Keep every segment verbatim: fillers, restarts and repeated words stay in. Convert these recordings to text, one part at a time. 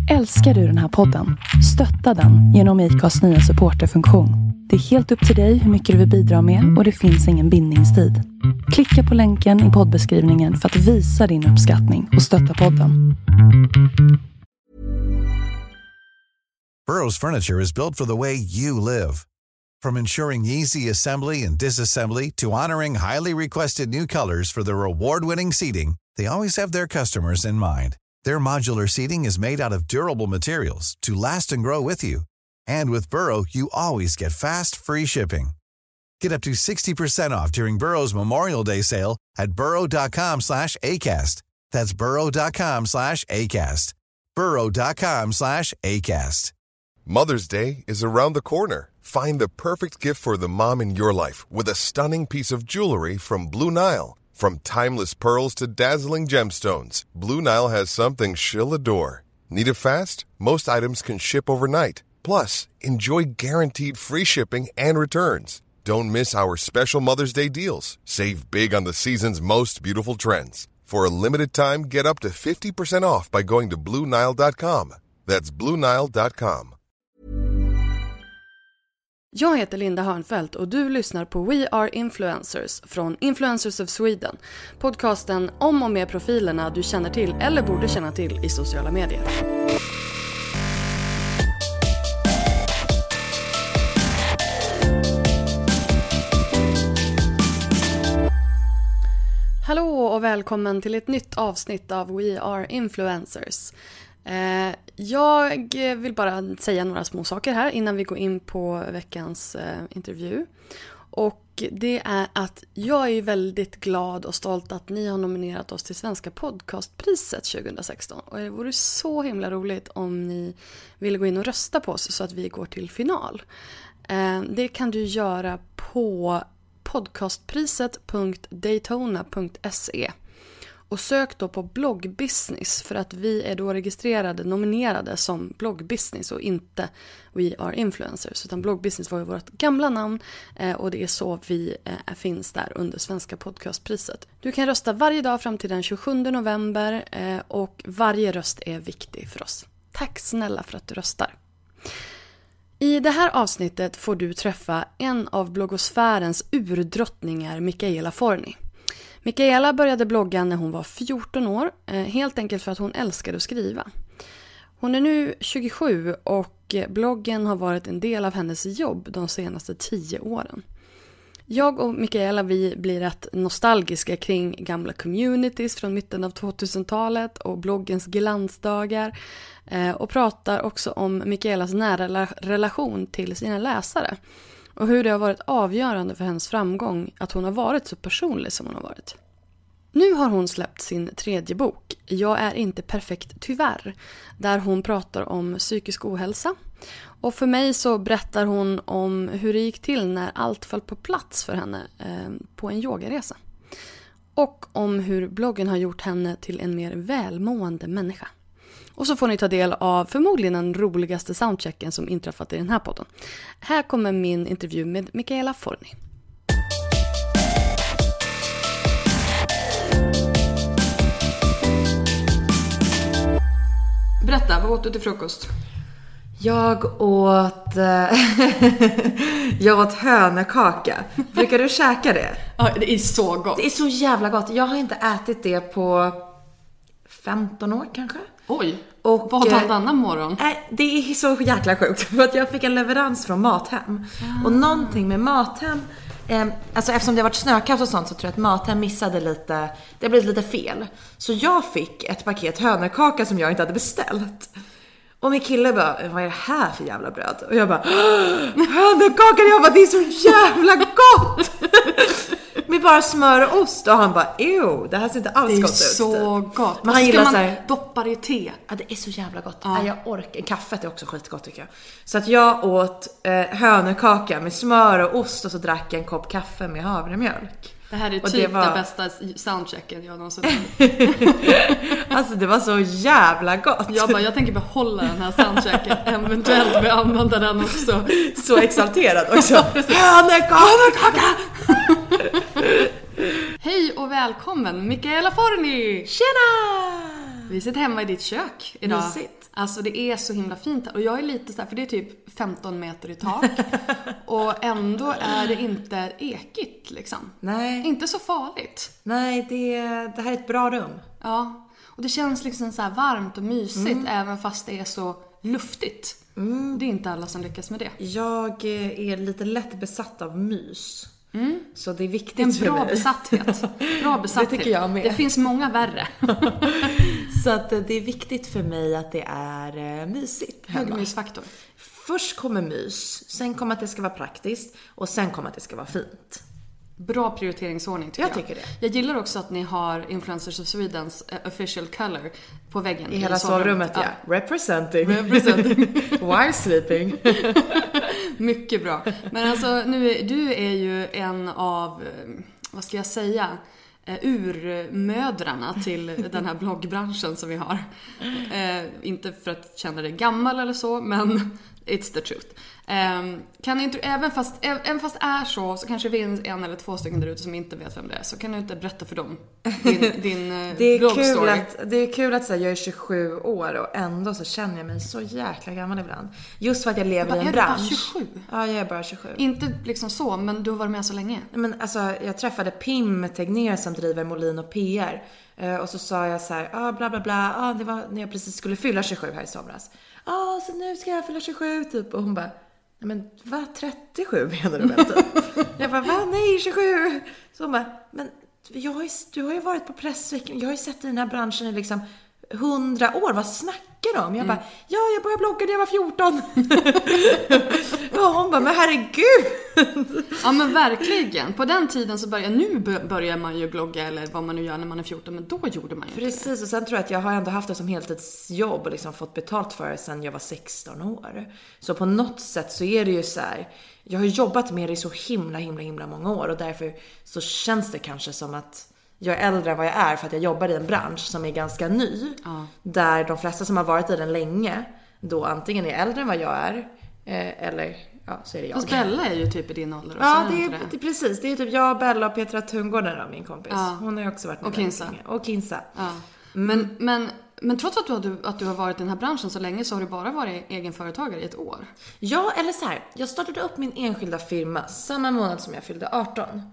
Älskar du den här podden? Stötta den genom I C A:s nya supporterfunktion. Det är helt upp till dig hur mycket du vill bidra med och det finns ingen bindningstid. Klicka på länken i poddbeskrivningen för att visa din uppskattning och stötta podden. Burrow's furniture is built for the way you live. From ensuring easy assembly and disassembly to honoring highly requested new colors for their award-winning seating, they always have their customers in mind. Their modular seating is made out of durable materials to last and grow with you. And with Burrow, you always get fast, free shipping. Get up to sixty percent off during Burrow's Memorial Day sale at burrow.com slash ACAST. That's burrow.com slash ACAST. burrow.com slash ACAST. Mother's Day is around the corner. Find the perfect gift for the mom in your life with a stunning piece of jewelry from Blue Nile. From timeless pearls to dazzling gemstones, Blue Nile has something she'll adore. Need it fast? Most items can ship overnight. Plus, enjoy guaranteed free shipping and returns. Don't miss our special Mother's Day deals. Save big on the season's most beautiful trends. For a limited time, get up to fifty percent off by going to blue nile dot com. That's blue nile dot com. Jag heter Linda Hörnfeldt och du lyssnar på We Are Influencers från Influencers of Sweden. Podcasten om och med profilerna du känner till eller borde känna till i sociala medier. Hallå och välkommen till ett nytt avsnitt av We Are Influencers. Eh, jag vill bara säga några små saker här innan vi går in på veckans eh, intervju. Och det är att jag är väldigt glad och stolt att ni har nominerat oss till Svenska podcastpriset tjugohundrasexton. Och det vore så himla roligt om ni ville gå in och rösta på oss så att vi går till final. Eh, det kan du göra på podcastpriset punkt daytona punkt se. Och sök då på bloggbusiness för att vi är då registrerade, nominerade som bloggbusiness och inte We Are Influencers. Utan bloggbusiness var ju vårt gamla namn eh, och det är så vi eh, finns där under Svenska podcastpriset. Du kan rösta varje dag fram till den tjugosjunde november eh, och varje röst är viktig för oss. Tack snälla för att du röstar. I det här avsnittet får du träffa en av bloggosfärens urdrottningar, Michaela Forni. Michaela började blogga när hon var fjorton år, helt enkelt för att hon älskade att skriva. Hon är nu tjugosju och bloggen har varit en del av hennes jobb de senaste tio åren. Jag och Michaela vi blir rätt nostalgiska kring gamla communities från mitten av tvåtusentalet och bloggens glansdagar och pratar också om Michaelas nära relation till sina läsare. Och hur det har varit avgörande för hennes framgång att hon har varit så personlig som hon har varit. Nu har hon släppt sin tredje bok, Jag är inte perfekt tyvärr, där hon pratar om psykisk ohälsa. Och för mig så berättar hon om hur det gick till när allt föll på plats för henne eh, på en yogaresa. Och om hur bloggen har gjort henne till en mer välmående människa. Och så får ni ta del av förmodligen den roligaste soundchecken som inträffat i den här podden. Här kommer min intervju med Michaela Forni. Berätta, vad åt du till frukost? Jag åt jag åt hönökaka. Brukar du käka det? Ja, det är så gott. Det är så jävla gott. Jag har inte ätit det på femton år kanske. Oj, och vad har du annan morgon? Äh, det är så jäkla sjukt. För att jag fick en leverans från Mathem. Ah. Och någonting med Mathem eh, alltså eftersom det har varit snökaos och sånt så tror jag att Mathem missade lite. Det har blivit lite fel. Så jag fick ett paket hönökaka som jag inte hade beställt. Och min kille bara, vad är det här för jävla bröd? Och jag bara, hönökaka, jag bara, det är så jävla gott! Med bara smör och ost. Och han bara, ew, det här ser inte alls gott ut. Det är så gott. Men han gillar man så här, doppar i te. Ja, det är så jävla gott. Ja. Ja, jag orkar. Kaffet är också skitgott tycker jag. Så att jag åt eh, hönökaka med smör och ost. Och så drack jag en kopp kaffe med havremjölk. Det här är och typ det var... den bästa soundchecken jag någonsin Alltså det var så jävla gott. Jag bara, jag tänker behålla den här soundchecken. Eventuellt vi använder den också. Så exalterad också. Hönökaka! Hej och välkommen Michaela Forni. Tjena! Vi sitter hemma i ditt kök idag. Mysigt. Alltså det är så himla fint här. Och jag är lite så här, för det är typ femton meter i tak. Och ändå är det inte ekigt liksom. Nej. Inte så farligt. Nej, det, det här är ett bra rum. Ja, och det känns liksom så här varmt och mysigt mm. även fast det är så luftigt. Mm. Det är inte alla som lyckas med det. Jag är lite lätt besatt av mys. Mm. Så det är viktigt det är en för bra mig. besatthet. Bra besatthet. Det tycker jag med. Det finns många värre. Så att det är viktigt för mig att det är mysigt hemma. Hög mysfaktor. Först kommer mys, sen kommer att det ska vara praktiskt och sen kommer att det ska vara fint. Bra prioriteringsordning tycker jag. Jag tycker det. Jag gillar också att ni har Influencers of Swedens uh, official color på väggen. I, i hela sovrummet, ja. ja. Representing. Representing. While sleeping. Mycket bra. Men alltså, nu är, du är ju en av, vad ska jag säga, urmödrarna till den här bloggbranschen som vi har. Eh, inte för att känna dig gammal eller så, men it's the truth. Eh, kan du inte, även fast, även fast det är så, så kanske det finns en eller två stycken där ute som inte vet vem det är. Så kan du inte berätta för dem din, din det är bloggstory. Kul att, det är kul att säga jag är tjugosju år och ändå så känner jag mig så jäkla gammal ibland. Just för att jag lever bara, i en är bransch. Är du bara tjugosju? Ja, jag är bara tjugosju. Inte liksom så, men du har varit med så länge. Men alltså, jag träffade Pim Tegnér som driver Molin och P R. Och så sa jag så här, ah, bla bla bla, ah, det var när jag precis skulle fylla tjugosju här i somras. Ja, ah, så nu ska jag fylla tjugosju typ. Och hon bara, nej men vad, trettiosju menar du väl typ? Jag bara, va? Nej, tjugosju. Så hon bara, men jag har ju, du har ju varit på pressveckan, jag har ju sett i den här branschen i liksom hundra år, vad snackar du om? Jag bara, mm. ja, jag började blogga när jag var fjorton. Och hon bara, men herregud. Ja, men verkligen. På den tiden så började, nu börjar man ju blogga eller vad man nu gör när man är fjorton, men då gjorde man ju Precis, det. Och sen tror jag att jag har ändå haft det som heltidsjobb och liksom fått betalt för det sedan jag var sexton år. Så på något sätt så är det ju så här, jag har jobbat med det i så himla, himla, himla många år och därför så känns det kanske som att jag är äldre än vad jag är för att jag jobbar i en bransch som är ganska ny. Ja. Där de flesta som har varit i den länge då antingen är äldre än vad jag är eh, eller ja, så är det jag. Fast Bella är ju typ i din ålder. Och ja, det är, det är precis. Det är typ jag, Bella och Petra Tungården då, min kompis. Ja. Hon har ju också varit med. Och Kinsa. Och Kinsa. Ja. Men, men, men trots att du, har, att du har varit i den här branschen så länge så har du bara varit egenföretagare i ett år. Ja, eller så här. Jag startade upp min enskilda firma samma månad som jag fyllde arton.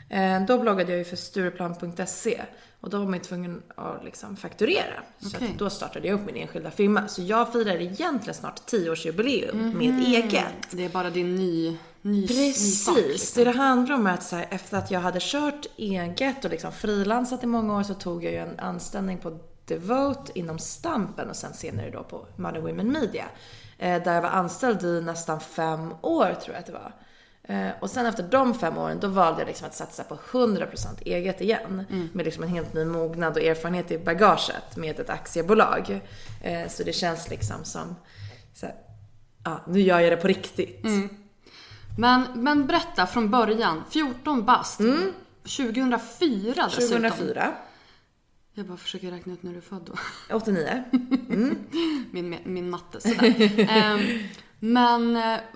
Då bloggade jag ju för Stureplan punkt se och då var man ju tvungen att liksom fakturera. Okay. Så att då startade jag upp min enskilda firma. Så jag firar egentligen snart tioårsjubileum mm. med eget. Det är bara din ny, ny Precis, ny sak, liksom. Det det handlar om är att så här, efter att jag hade kört eget och liksom frilansat i många år så tog jag ju en anställning på Devote inom Stampen och sen senare då på Modern Women Media. Där jag var anställd i nästan fem år tror jag att det var. Och sen efter de fem åren då valde jag liksom att satsa på hundra procent eget igen. Mm. Med liksom en helt ny mognad och erfarenhet i bagaget med ett aktiebolag. Så det känns liksom som så här, ja, nu gör jag det på riktigt. Mm. Men, men berätta från början, fjorton bast, mm. tjugohundrafyra dessutom. tjugohundrafyra. Jag bara försöker räkna ut när du är född då. åttionio. Mm. min, min matte, sådär. um, Men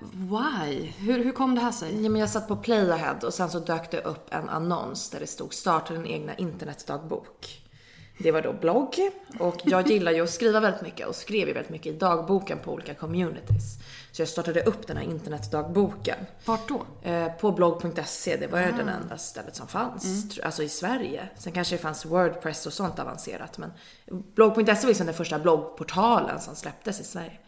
why? Hur, hur kom det här sig? Ja, men jag satt på Playahead och sen så dök det upp en annons där det stod starta din egna internetdagbok. Det var då blogg och jag gillar ju att skriva väldigt mycket och skrev ju väldigt mycket i dagboken på olika communities. Så jag startade upp den här internetdagboken. Vart då? Eh, på blogg punkt se, det var ju ah. den enda stället som fanns. Mm. Alltså i Sverige. Sen kanske det fanns Wordpress och sånt avancerat. Men blogg punkt se var liksom den första bloggportalen som släpptes i Sverige.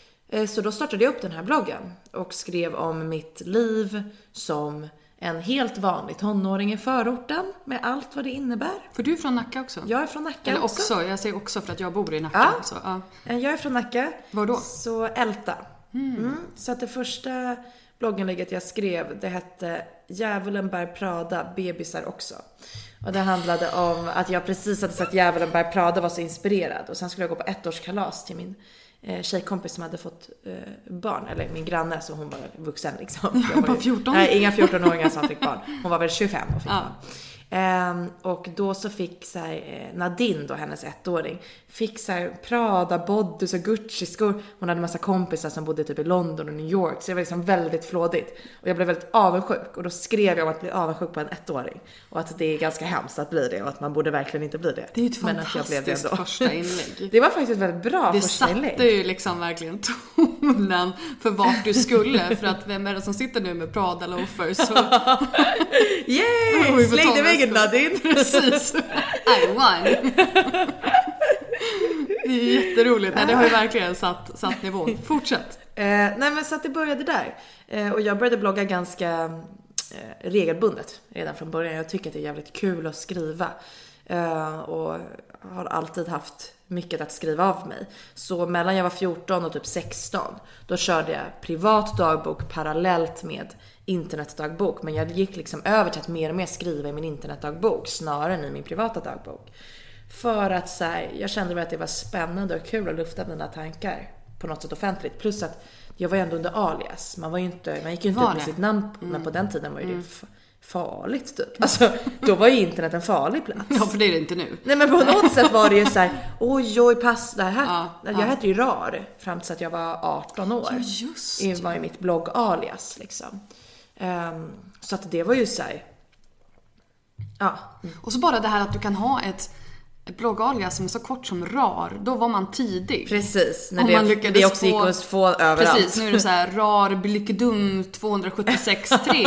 Så då startade jag upp den här bloggen och skrev om mitt liv som en helt vanlig tonåring i förorten med allt vad det innebär. För du är från Nacka också? Jag är från Nacka Eller också. också, jag säger också för att jag bor i Nacka. Ja, så, ja. Jag är från Nacka. Var då? Så Älta. Mm. Mm. Så att det första blogginlägget jag skrev, det hette Djävulen bär Prada, bebisar också. Och det handlade om att jag precis hade sett Djävulen bär Prada, var så inspirerad. Och sen skulle jag gå på ettårskalas till min eh, tjejkompis som hade fått eh, barn. Eller min granne, så hon var vuxen liksom. Jag var fjorton? Nej, inga fjortonåringar som fick barn. Hon var väl tjugofem och fick ja. barn. Ehm, och då så fick så här, eh, Nadine då, hennes ettåring, fick så här Prada, bodys och Gucci-skor. Hon hade massa kompisar som bodde typ i London och New York, så det var liksom väldigt flådigt. Och jag blev väldigt avundsjuk, och då skrev jag om att bli avundsjuk på en ettåring. Och att det är ganska hemskt att bli det, och att man borde verkligen inte bli det. Det är ju ett Men att jag blev det fantastiskt ändå. första inlägg. Det var faktiskt väldigt bra Det första inlägg. Det satte ju liksom verkligen tonen för vart du skulle. För att vem är det som sitter nu med Prada loafers? Så... Yay! Släng dig väggen, Nadine! Precis. I won. Det är jätteroligt. Nej, det har ju verkligen satt, satt nivån. Fortsätt. Eh, nej men så att det började där. Eh, och jag började blogga ganska eh, regelbundet redan från början. Jag tycker att det är jävligt kul att skriva. Eh, och har alltid haft mycket att skriva av mig. Så mellan jag var fjorton och typ sexton, då körde jag privat dagbok parallellt med internetdagbok. Men jag gick liksom över till att mer och mer skriva i min internetdagbok snarare än i min privata dagbok. För att så här, jag kände väl att det var spännande och kul att lufta mina tankar på något sätt offentligt. Plus att jag var ju ändå under alias. Man var ju inte, man gick ju inte ut med sitt namn, mm. men på den tiden var ju det mm. farligt typ. Alltså, då var ju internet en farlig plats. Ja, för det är det inte nu. Nej, men på något sätt var det ju så här, oj, oj, pass det här. Ja, jag ja. hette ju Rar fram till att jag var arton år. Ja, just det var ju mitt blogg alias liksom. Um, så att det var ju så här, ja. Och så bara det här att du kan ha ett ett bloggalias som är så kort som Rar, då var man tidig. Precis, när Om det, man lyckades det också få, gick att få överallt. Precis, nu är det så här Rar Blikedum tvåhundrasjuttiosex tre.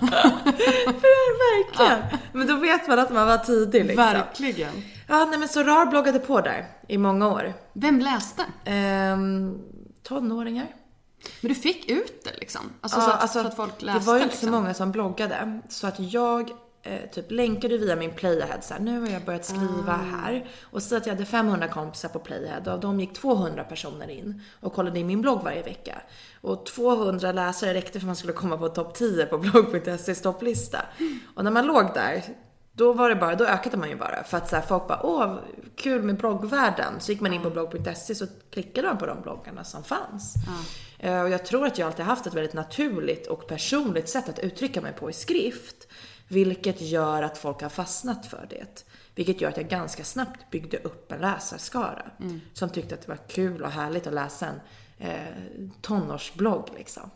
Verkligen. Ja. Men då vet man att man var tidig liksom. Verkligen. Ja, nej men så Rar bloggade på där i många år. Vem läste? Ehm, tonåringar. Men du fick ut det liksom? Alltså, ja, så, att, alltså, så att folk läste. Det var ju inte liksom. så många som bloggade. Så att jag eh, typ länkade via min Playahead. Så här, nu har jag börjat skriva ah. här. Och så att jag hade femhundra kompisar på Playahead. Och av dem gick tvåhundra personer in och kollade in min blogg varje vecka. Och tvåhundra läsare räckte för att man skulle komma på topp tio på blogg punkt se topplista. Och när man låg där, då var det bara, då ökade man ju bara. För att så här, folk bara, åh, kul med bloggvärlden. Så gick man in på blogg punkt se så klickade man på de bloggarna som fanns. Mm. Och jag tror att jag alltid haft ett väldigt naturligt och personligt sätt att uttrycka mig på i skrift. Vilket gör att folk har fastnat för det. Vilket gör att jag ganska snabbt byggde upp en läsarskara. Mm. Som tyckte att det var kul och härligt att läsa en eh, tonårsblogg liksom.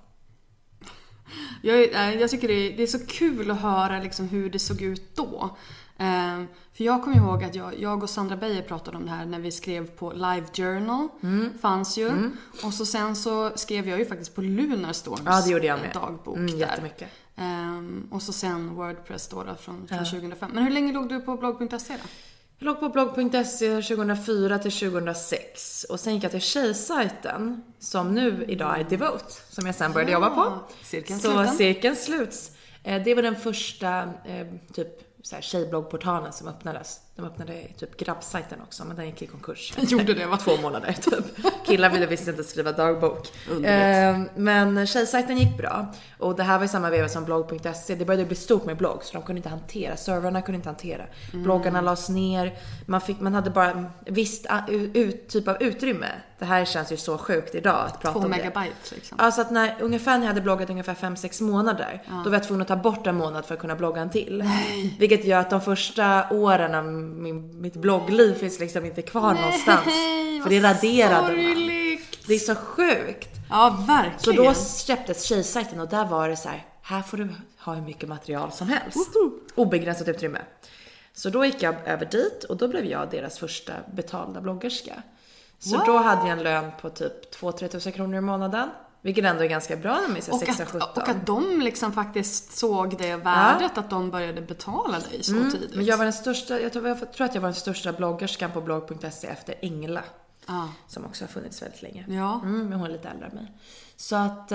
Jag, jag tycker det är, det är så kul att höra liksom hur det såg ut då. Eh, för jag kommer ihåg att jag, jag och Sandra Beijer pratade om det här när vi skrev på Live Journal. Mm. Fanns ju. Mm. Och så sen så skrev jag ju faktiskt på Lunarstorms ja, det gjorde jag med. dagbok mm, där. Jättemycket. Um, och så sen Wordpress då, då från, från ja. tjugohundrafem. Men hur länge låg du på blogg punkt se då? Jag låg på blogg punkt se tjugohundrafyra till tjugohundrasex. Och sen gick jag till tjejsajten som nu idag är Devote. Som jag sen började ja. jobba på. Cirkeln så sluten. cirkeln sluts. Det var den första eh, typ så här, tjejbloggportalen som öppnades. De öppnade typ grabbsajten också, men den gick i konkurs. Gjorde det, va? Två månader typ. Killar ville visst inte skriva dagbok. Eh, men tjejsajten gick bra. Och det här var i samma veva som blogg punkt se. Det började bli stort med blogg, så de kunde inte hantera. Servrarna kunde inte hantera. Mm. Bloggarna lades ner. Man, fick, man hade bara visst ut, typ av utrymme. Det här känns ju så sjukt idag att prata Två om det. Två megabyte liksom. Alltså att när ungefär när jag hade bloggat ungefär fem sex månader. Ja. Då var jag tvungen att ta bort en månad för att kunna blogga en till. Nej. Vilket gör att de första åren av min, mitt bloggliv finns liksom inte kvar Nej, någonstans. För det raderade man. Det är så sjukt. Ja, verkligen. Så då släpptes tjejsajten och där var det så här, här får du ha hur mycket material som helst. Uh-huh. Obegränsat utrymme. Så då gick jag över dit och då blev jag deras första betalda bloggerska. Så What? Då hade jag en lön på typ två till tre tusen kronor i månaden. Vilket ändå är ganska bra när man är sexton sjutton. Och att de liksom faktiskt såg det värdet, ja. Att de började betala dig så mm. tidigt. Men jag var den största, jag tror, jag tror att jag var den största bloggerskan på blogg punkt se efter Engla. Ah. Som också har funnits väldigt länge. Ja. Mm, men hon är lite äldre än mig. Så att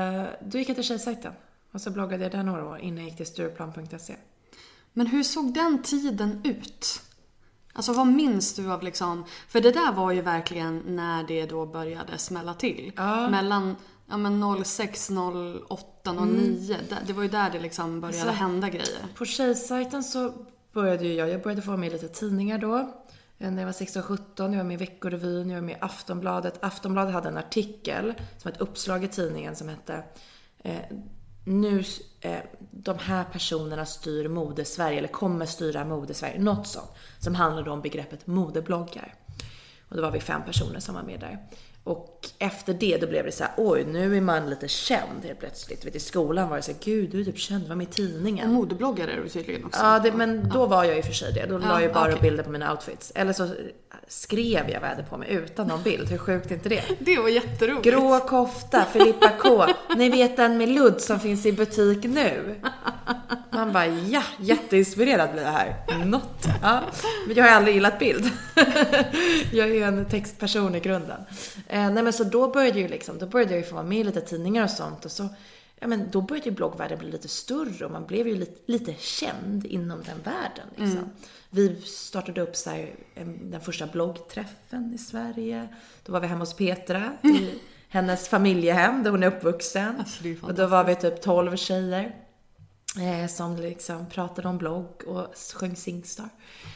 då gick jag till tjejsajten. Och så bloggade jag där några år innan jag gick till Stureplan punkt se. Men hur såg den tiden ut? Alltså vad minns du av liksom... För det där var ju verkligen när det då började smälla till. Ja. Mellan ja, men noll sex, noll åtta, noll nio. Mm. Det var ju där det liksom började alltså, hända grejer. På tjejsajten så började ju jag... Jag började få med lite tidningar då. När jag var sexton sjutton, jag var med i Veckorevyn, jag var med i Aftonbladet. Aftonbladet hade en artikel som ett uppslag i tidningen som hette... Eh, nu eh, de här personerna styr mode-Sverige eller kommer styra mode-Sverige, något sånt som handlade om begreppet modebloggar. Och då var vi fem personer som var med där. Och efter det då blev det så här, oj, nu är man lite känd helt plötsligt. Vet, i skolan var det så här, gud, du är typ känd, var med i tidningen. Och modebloggare är du tydligen också. Ja, det, men då var jag ju för sig det. Då ja, la jag bara okay. bilder på mina outfits. Eller så skrev jag vad jag hade på mig utan någon bild. Hur sjukt är inte det? Det var jätteroligt. Grå kofta, Filippa K. Ni vet den med ludd som finns i butik nu. Man bara, ja, jätteinspirerad blir det här. Något. Ja. Men jag har aldrig gillat bild. Jag är ju en textperson i grunden. Eh, nej men så då började ju liksom, då började jag ju få vara med i lite tidningar och sånt. Och så, ja men då började ju bloggvärlden bli lite större. Och man blev ju lite, lite känd inom den världen liksom. Mm. Vi startade upp så här, en, den första bloggträffen i Sverige. Då var vi hemma hos Petra i hennes familjehem där hon är uppvuxen. Alltså, och då var vi typ tolv tjejer. Eh, som liksom pratade om blogg och sjöng Singstar.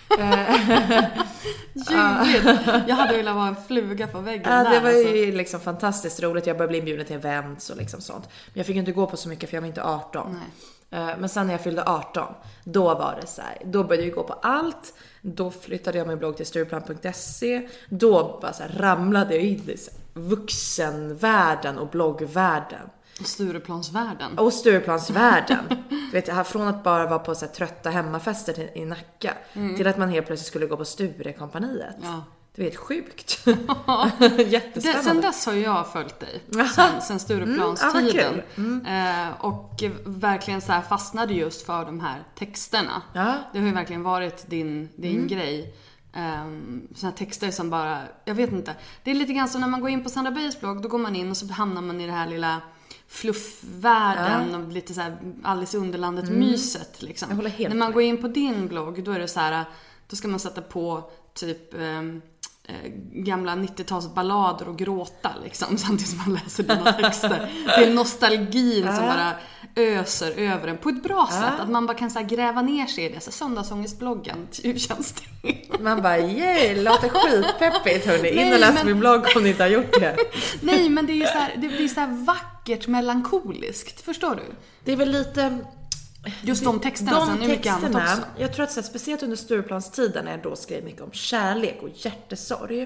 Ljuvligt. Jag hade velat vara en fluga på väggen ja, där. Det var alltså. ju liksom fantastiskt roligt. Jag började bli inbjuden till events och liksom sånt. Men jag fick inte gå på så mycket för jag var inte arton. Nej. Eh, men sen när jag fyllde arton, då var det så här. Då började jag gå på allt. Då flyttade jag min blogg till stureplan punkt se. Då bara så här, ramlade jag in i så här, vuxenvärlden och bloggvärlden. Och Stureplansvärlden. Och Stureplansvärlden. Du vet, jag har från att bara vara på så här trötta hemmafester i, i Nacka mm. till att man helt plötsligt skulle gå på Sturekompaniet. Ja. Det är helt sjukt. Jättespännande. Sen dess har jag följt dig. Sen, sen Stureplanstiden. Mm, ja, mm. eh, och verkligen så här fastnade just för de här texterna. Ja. Det har ju verkligen varit din, din mm. grej. Um, såna texter som bara, jag vet inte. Det är lite grann som när man går in på Sandra Beijers blogg. Då går man in och så hamnar man i det här lilla fluffvärlden ja. Och lite så här Alice i Underlandet mm. myset liksom. När man går in på din blogg, då är det så här, då ska man sätta på typ um, eh, gamla nittio-tals ballader och gråta liksom, samtidigt som man läser dina texter. Det är nostalgin ja. Som bara öser över en på ett bra ja. Sätt. Att man bara kan så här, gräva ner sig i det. Så söndagsångestbloggen, hur känns det? Man bara, yay, låter skitpeppigt hörni. In och läs men... min blogg om ni inte har gjort det. Nej, men det är ju så här, det blir så här vackert melankoliskt. Förstår du? Det är väl lite... Just de texterna, de sen är mycket annat också. Jag tror att så här, speciellt under Stureplanstiden när jag då skrev mycket om kärlek och hjärtesorg.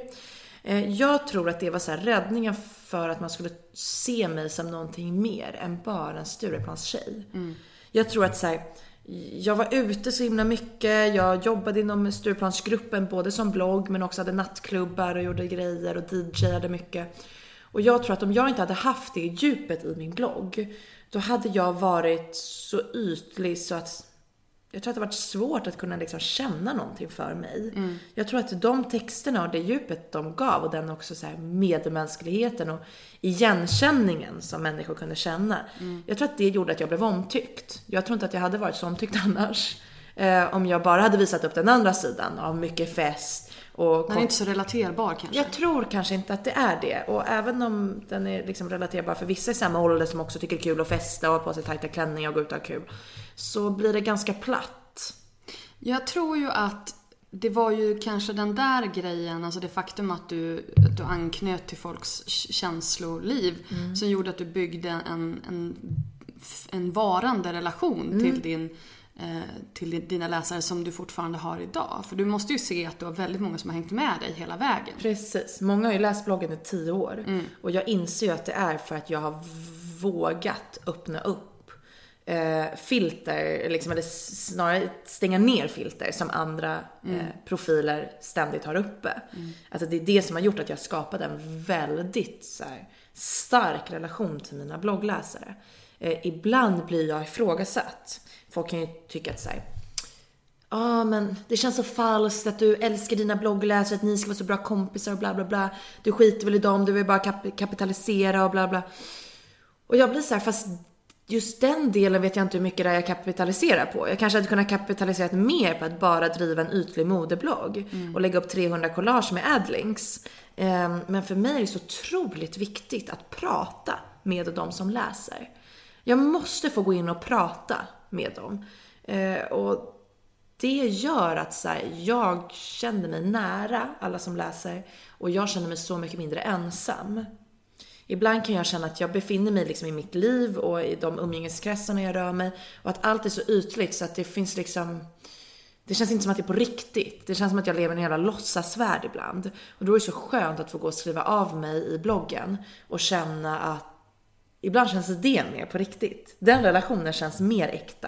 Jag tror att det var så här räddningen för att man skulle se mig som någonting mer än bara en Stureplanstjej. Mm. Jag tror att så här, jag var ute så himla mycket. Jag jobbade inom Stureplansgruppen både som blogg men också hade nattklubbar och gjorde grejer och D J:ade mycket. Och jag tror att om jag inte hade haft det djupet i min blogg, då hade jag varit så ytlig så att jag tror att det varit svårt att kunna liksom känna någonting för mig. Mm. Jag tror att de texterna och det djupet de gav och den också så här medmänskligheten och igenkänningen som människor kunde känna. Mm. Jag tror att det gjorde att jag blev omtyckt. Jag tror inte att jag hade varit så omtyckt annars. Eh, om jag bara hade visat upp den andra sidan av mycket fest. Och den är inte så relaterbar kanske. Jag tror kanske inte att det är det. Och även om den är liksom relaterbar för vissa i samma ålder som också tycker det är kul att festa och ha på sig tajta klänningar och gå ut och ha kul, så blir det ganska platt. Jag tror ju att det var ju kanske den där grejen, alltså det faktum att du, att du anknöt till folks känsloliv mm. som gjorde att du byggde en, en, en varande relation mm. till din till dina läsare som du fortfarande har idag. För du måste ju se att du har väldigt många som har hängt med dig hela vägen. Precis. Många har ju läst bloggen i tio år. Mm. Och jag inser ju att det är för att jag har vågat öppna upp eh, filter, liksom, eller snarare stänga ner filter som andra mm. eh, profiler ständigt har uppe. Mm. Alltså det är det som har gjort att jag skapade en väldigt så här, stark relation till mina bloggläsare. Eh, ibland blir jag ifrågasatt. Folk kan ju tycka att så här, ja ah, men det känns så falskt att du älskar dina bloggläsare, att ni ska vara så bra kompisar och bla bla bla. Du skiter väl i dem, du vill bara kap- kapitalisera och bla bla. Och jag blir så här, fast just den delen vet jag inte hur mycket det är jag kapitaliserar på. Jag kanske hade kunnat kapitalisera mer på att bara driva en ytlig modeblogg mm. och lägga upp trehundra collage med adlinks. Um, men för mig är det så otroligt viktigt att prata med de som läser. Jag måste få gå in och prata med dem. Eh, och det gör att så här, jag känner mig nära alla som läser. Och jag känner mig så mycket mindre ensam. ibland kan jag känna att jag befinner mig liksom i mitt liv och i de umgängeskretsarna jag rör mig. Och att allt är så ytligt så att det finns liksom... Det känns inte som att det är på riktigt. Det känns som att jag lever i en jävla låtsasvärld ibland. Och då är det så skönt att få gå och skriva av mig i bloggen. Och känna att ibland känns det mer på riktigt. Den relationen känns mer äkta.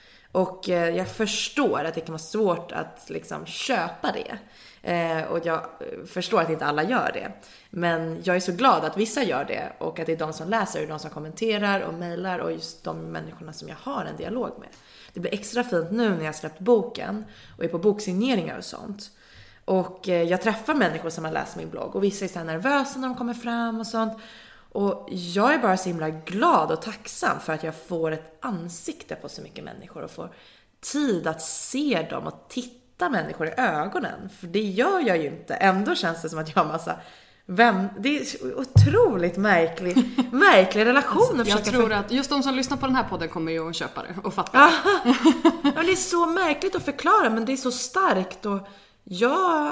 Och eh, jag förstår att det kan vara svårt att liksom köpa det. Eh, och jag förstår att inte alla gör det. Men jag är så glad att vissa gör det. Och att det är de som läser och de som kommenterar och mejlar. Och just de människorna som jag har en dialog med. Det blir extra fint nu när jag släppt boken och är på boksigneringar och sånt. Och jag träffar människor som har läst min blogg. Och vissa är så här nervösa när de kommer fram och sånt. Och jag är bara så himla glad och tacksam för att jag får ett ansikte på så mycket människor. Och får tid att se dem och titta människor i ögonen. För det gör jag ju inte. Ändå känns det som att jag har massa... Vem, det är otroligt märklig, märklig relation. Alltså, jag tror för... att just de som lyssnar på den här podden kommer ju att köpa det och fatta det. Ja, det är så märkligt att förklara, men det är så starkt. Och jag,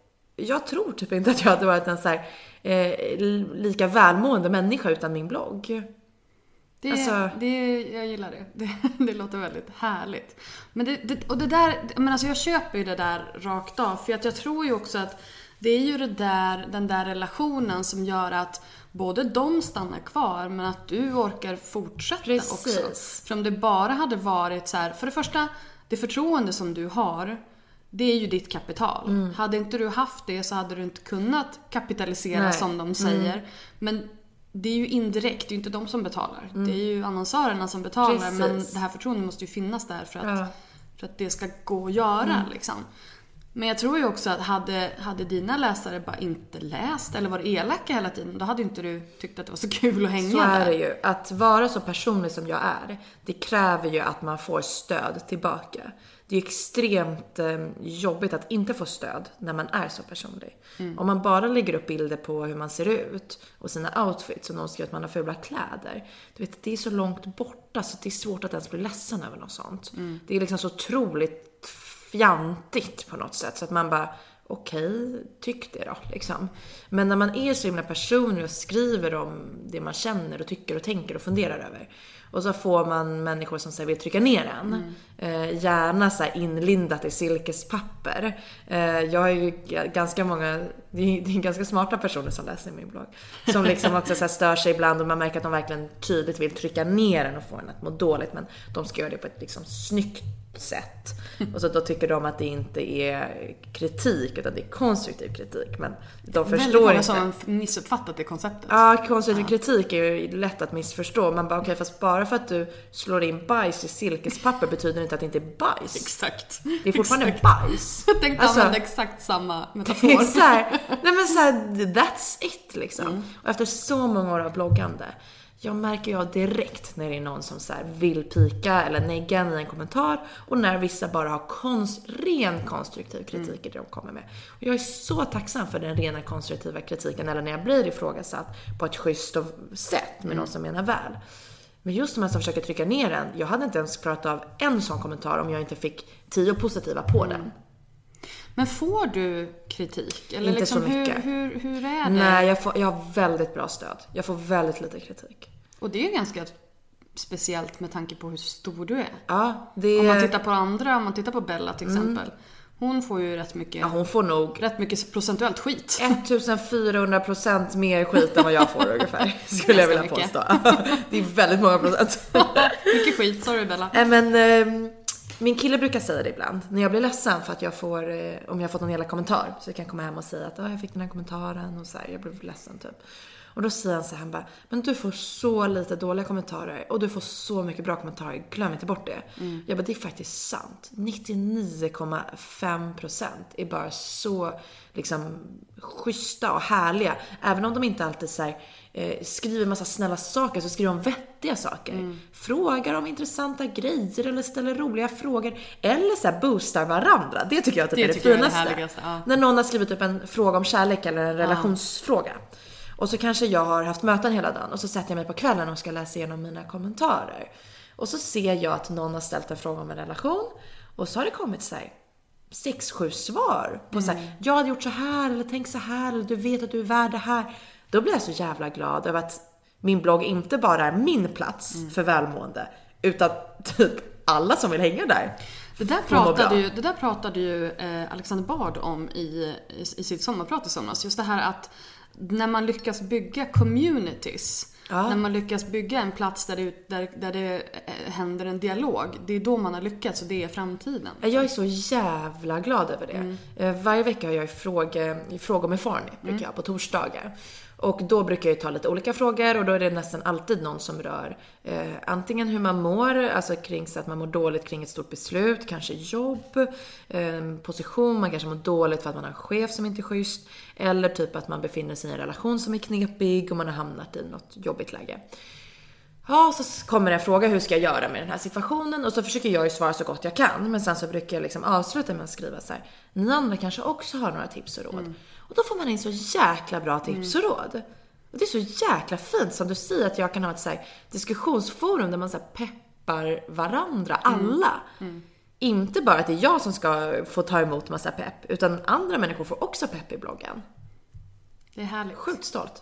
jag tror typ inte att jag hade varit en så här, eh, lika välmående människa utan min blogg. Det, alltså... det, jag gillar det. det. Det låter väldigt härligt. Men det, det, och det där, men alltså jag köper ju det där rakt av. För att jag tror ju också att det är ju det där, den där relationen som gör att både de stannar kvar men att du orkar fortsätta. Precis. Också. För om det bara hade varit så här, för det första, det förtroende som du har, det är ju ditt kapital. Mm. Hade inte du haft det så hade du inte kunnat kapitalisera. Nej. Som de säger. Mm. Men det är ju indirekt, det är ju inte de som betalar. Mm. Det är ju annonsörerna som betalar. Precis. Men det här förtroendet måste ju finnas där för att, ja. för att det ska gå att göra. Mm. Liksom. Men jag tror ju också att hade, hade dina läsare bara inte läst eller varit elaka hela tiden, då hade inte du tyckt att det var så kul att hänga där. Så är det ju. Att vara så personlig som jag är, det kräver ju att man får stöd tillbaka. Det är extremt eh, jobbigt att inte få stöd när man är så personlig. Mm. Om man bara lägger upp bilder på hur man ser ut och sina outfits och någon skriver att man har fula kläder. Du vet, det är så långt borta så det är svårt att ens bli ledsen över något sånt. Mm. Det är liksom så otroligt fjantigt på något sätt så att man bara okej, okay, tyck det då liksom. Men när man är så himla personlig och skriver om det man känner och tycker och tänker och funderar över och så får man människor som säger vill trycka ner en mm. eh, gärna så här inlindat i silkespapper. eh, jag är ju ganska många det är, det är ganska smarta personer som läser min blogg som liksom också så här stör sig ibland och man märker att de verkligen tydligt vill trycka ner en och få en att må dåligt, men de ska göra det på ett liksom snyggt sätt. Och så då tycker de att det inte är kritik utan det är konstruktiv kritik, men de förstår inte. Väldigt många som har missuppfattat det konceptet. Ja, konstruktiv ja. kritik är ju lätt att missförstå. Man bara okej, okay, fast bara för att du slår in bajs i silkespapper betyder inte att det inte är bajs. Exakt. Det är fortfarande exakt. bajs. Jag tänkte alltså, använda exakt samma metafor. Det är så här, nej men så här, that's it liksom. Mm. Och efter så många år av bloggande, jag märker jag direkt när det är någon som så här vill pika eller negga i en kommentar och när vissa bara har konst, ren konstruktiv kritik mm. i det de kommer med. Och jag är så tacksam för den rena konstruktiva kritiken eller när jag blir ifrågasatt på ett schysst sätt med mm. någon som menar väl. Men just de här som försöker trycka ner den, jag hade inte ens klarat av en sån kommentar om jag inte fick tio positiva på mm. den. Men får du kritik? Eller inte liksom, så mycket. Hur, hur, hur är det? Nej, jag, får, jag har väldigt bra stöd. Jag får väldigt lite kritik. Och det är ju ganska speciellt med tanke på hur stor du är. Ja, det... Om man tittar på andra, om man tittar på Bella till exempel. Mm. Hon får ju rätt mycket, ja, hon får nog rätt mycket procentuellt skit. fjortonhundra procent mer skit än vad jag får ungefär. Skulle jag vilja mycket. påstå. Det är väldigt många procent. Mycket skit, sorry Bella. Nej, men eh, min kille brukar säga det ibland. När jag blir ledsen för att jag får, eh, om jag har fått någon hela kommentar. Så jag kan komma hem och säga att jag fick den här kommentaren och så här, jag blev ledsen typ. Och då säger han så här, han bara, men du får så lite dåliga kommentarer och du får så mycket bra kommentarer, glöm inte bort det. Mm. Jag bara, det är faktiskt sant. nittionio komma fem procent är bara så liksom schyssta och härliga. Även om de inte alltid så här, eh, skriver massa snälla saker, så skriver de vettiga saker. Mm. Frågar om intressanta grejer eller ställer roliga frågor. Eller så här boostar varandra. Det tycker jag typ det är det finaste. Är det ja. När någon har skrivit upp en fråga om kärlek eller en relationsfråga. Ja. Och så kanske jag har haft möten hela dagen och så sätter jag mig på kvällen och ska läsa igenom mina kommentarer. Och så ser jag att någon har ställt en fråga om en relation och så har det kommit så här sex, sju svar på mm. så här, jag hade gjort så här eller tänkt så här eller du vet att du är värd det här. Då blir jag så jävla glad över att min blogg inte bara är min plats mm. för välmående, utan typ alla som vill hänga där. Det där pratade ju, det där pratade ju eh, Alexander Bard om i, i, i sitt sommarprat i somras. Just det här att när man lyckas bygga communities, ja. när man lyckas bygga en plats där det, där, där det händer en dialog, det är då man har lyckats och det är framtiden. Jag är så jävla glad över det. Mm. Varje vecka har jag fråga, fråga med Farny, brukar mm. jag, på torsdagar. Och då brukar jag ta lite olika frågor och då är det nästan alltid någon som rör eh, antingen hur man mår, alltså kring så att man mår dåligt kring ett stort beslut, kanske jobb, eh, position, man kanske mår dåligt för att man har en chef som inte är schysst, eller typ att man befinner sig i en relation som är knepig och man har hamnat i något jobbigt läge. Ja, så kommer en fråga, hur ska jag göra med den här situationen? Och så försöker jag ju svara så gott jag kan, men sen så brukar jag liksom avsluta med att skriva så här: ni andra kanske också har några tips och råd. Mm. Och då får man in så jäkla bra tips mm. och råd. Och det är så jäkla fint som du säger att jag kan ha ett så här diskussionsforum där man så här peppar varandra, alla. Mm. Mm. Inte bara att det är jag som ska få ta emot massa pepp, utan andra människor får också pepp i bloggen. Det är härligt. Sjukt stolt.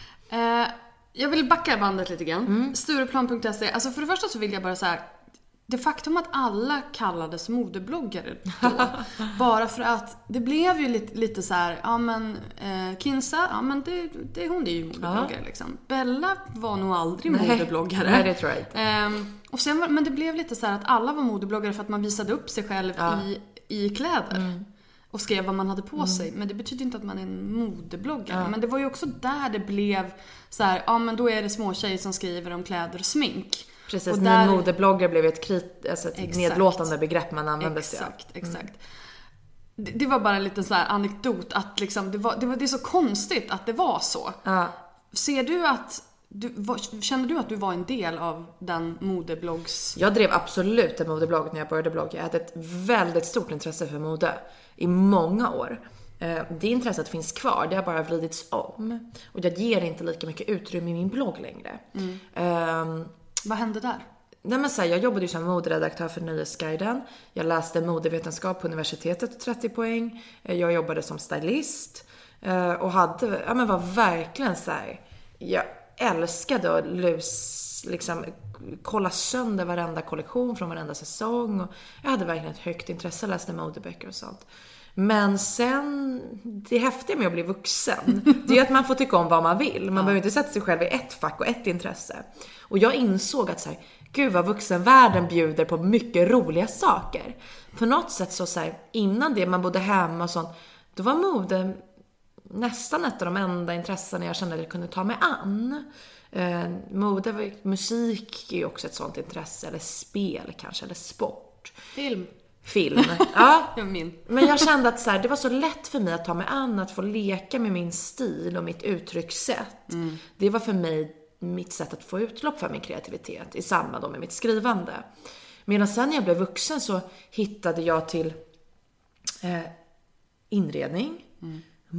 Eh, jag vill backa bandet lite grann. Mm. Stureplan punkt se. Alltså för det första så vill jag bara säga, det faktum att alla kallades modebloggare då, bara för att det blev ju lite, lite så här, ja men eh, Kinsa, ja men det, det, hon är ju modebloggare ja. liksom. Bella var nog aldrig nej. modebloggare. Nej, det tror jag inte. Eh, och sen var, men det blev lite så här att alla var modebloggare för att man visade upp sig själv ja. i, i kläder. Mm. Och skrev vad man hade på mm. sig. Men det betyder inte att man är en modebloggare. Ja. Men det var ju också där det blev så här, ja men då är det små tjejer som skriver om kläder och smink. Precis, och där... modebloggare blev ett, krit... alltså ett nedlåtande begrepp man använde. Exakt, exakt. Mm. Det, det var bara en liten så här anekdot att liksom, det, var, det, var, det är så konstigt att det var så. Ja. Ser du att du, var, känner du att du var en del av den modebloggs... Jag drev absolut en modeblogg när jag började blogga. Jag hade ett väldigt stort intresse för mode i många år. Det intresset finns kvar, det har bara vridits om. Och jag ger inte lika mycket utrymme i min blogg längre. Mm. Um, Vad hände där? Nej, men så här, jag jobbade ju som moderedaktör för Nöjesguiden. Jag läste modevetenskap på universitetet, trettio poäng. Jag jobbade som stylist. Och hade, ja men var verkligen så här, jag älskade att lus, liksom, kolla sönder varenda kollektion från varenda säsong. Och jag hade verkligen ett högt intresse, läste modeböcker och sånt. Men sen, det häftiga med att bli vuxen, det är att man får tycka om vad man vill. Man ja. behöver inte sätta sig själv i ett fack och ett intresse. Och jag insåg att så här, gud vad vuxenvärlden bjuder på mycket roliga saker. På något sätt så, så här, innan det, man bodde hemma och sånt, då var mode nästan ett av de enda intressena jag kände att jag kunde ta mig an. Eh, mode, musik är ju också ett sånt intresse, eller spel kanske, eller sport. Film. Film, ja. Jag min. Men jag kände att så här, det var så lätt för mig att ta mig an, att få leka med min stil och mitt uttryckssätt. Mm. Det var för mig mitt sätt att få utlopp för min kreativitet i samband med mitt skrivande. Medan sen när jag blev vuxen så hittade jag till eh, inredning, mm.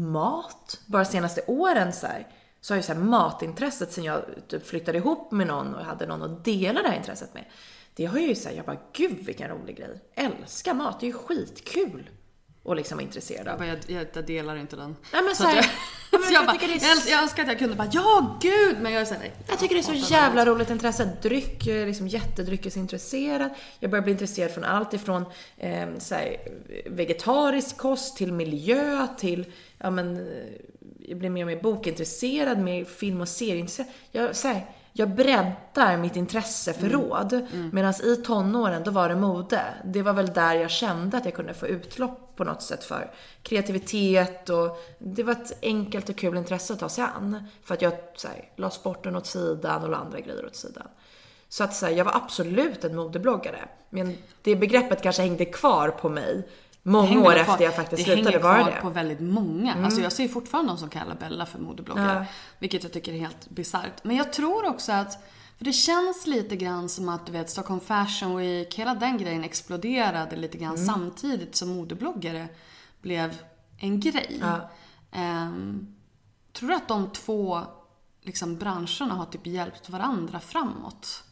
mat. Bara senaste åren så här, så har ju så här matintresset sen jag typ flyttade ihop med någon och hade någon att dela det här intresset med. Det har ju så här, jag bara, gud vilken rolig grej. Älskar mat, det är ju skitkul. Och liksom vara intresserad av. Jag, jag, jag delar inte den. Nej men så här, jag, så jag, bara, jag, är... jag önskar att jag kunde bara, ja gud, men jag är så här, jag tycker det är så jävla roligt intresse. Dryck, liksom jättedryckesintresserad. Jag börjar bli intresserad från allt ifrån eh, så här, vegetarisk kost till miljö till, ja men, jag blir mer och mer bokintresserad, mer film- och serieintresserad. Jag så här, jag breddar mitt intresse för mm. råd. Mm. Medan i tonåren, då var det mode. Det var väl där jag kände att jag kunde få utlopp på något sätt för kreativitet. Och det var ett enkelt och kul intresse att ta sig an. För att jag så här, la sporten åt sidan och la andra grejer åt sidan. Så att så här, jag var absolut en modebloggare. Men det begreppet kanske hängde kvar på mig många år efter jag faktiskt det slutade vara det. Det hänger kvar på väldigt många. Mm. Alltså jag ser fortfarande någon som kallar Bella för modebloggare. Ja. Vilket jag tycker är helt bizarrt. Men jag tror också att, för det känns lite grann som att du vet, Stockholm Fashion Week, hela den grejen exploderade lite grann mm. samtidigt som modebloggare blev en grej. Ja. Um, tror du att de två liksom, branscherna har typ hjälpt varandra framåt?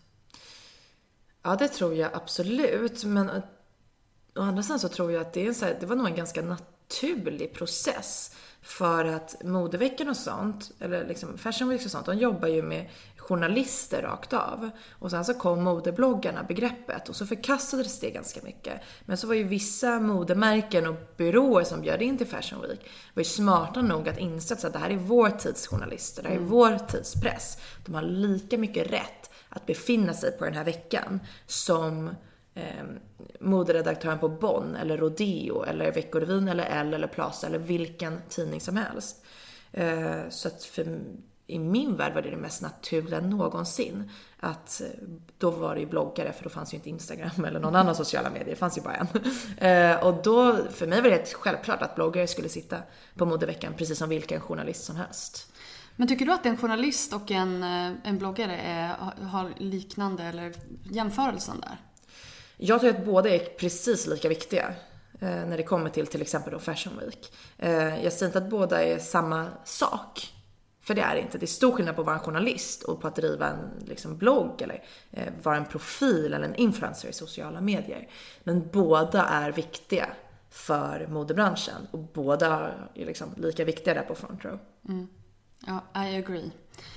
Ja, det tror jag absolut. Men å andra sidan så tror jag att det, är en så här, det var nog en ganska naturlig process. För att modeveckan och sånt, eller liksom Fashion Week och sånt, de jobbar ju med journalister rakt av. Och sen så kom modebloggarna begreppet och så förkastades det ganska mycket. Men så var ju vissa modemärken och byråer som bjöd in till Fashion Week var ju smarta nog att inse att det här är vår tids journalister, det här är vår tids press. De har lika mycket rätt att befinna sig på den här veckan som eh, moderedaktören på Bonn eller Rodeo eller Veckorevyn eller Elle eller Plaza eller vilken tidning som helst. Eh, så att för i min värld var det det mest naturliga någonsin att då var det ju bloggare, för då fanns ju inte Instagram eller någon annan sociala medier, det fanns ju bara en. Eh, och då, för mig var det helt självklart att bloggare skulle sitta på modeveckan precis som vilken journalist som helst. Men tycker du att en journalist och en, en bloggare är, har liknande eller jämförelsen där? Jag tror att båda är precis lika viktiga eh, när det kommer till till exempel då Fashion Week. Eh, jag säger inte att båda är samma sak. För det är inte. Det är stor skillnad på att vara en journalist och på att driva en liksom, blogg eller eh, vara en profil eller en influencer i sociala medier. Men båda är viktiga för modebranschen och båda är liksom lika viktiga där på front row. Mm. Ja, I agree.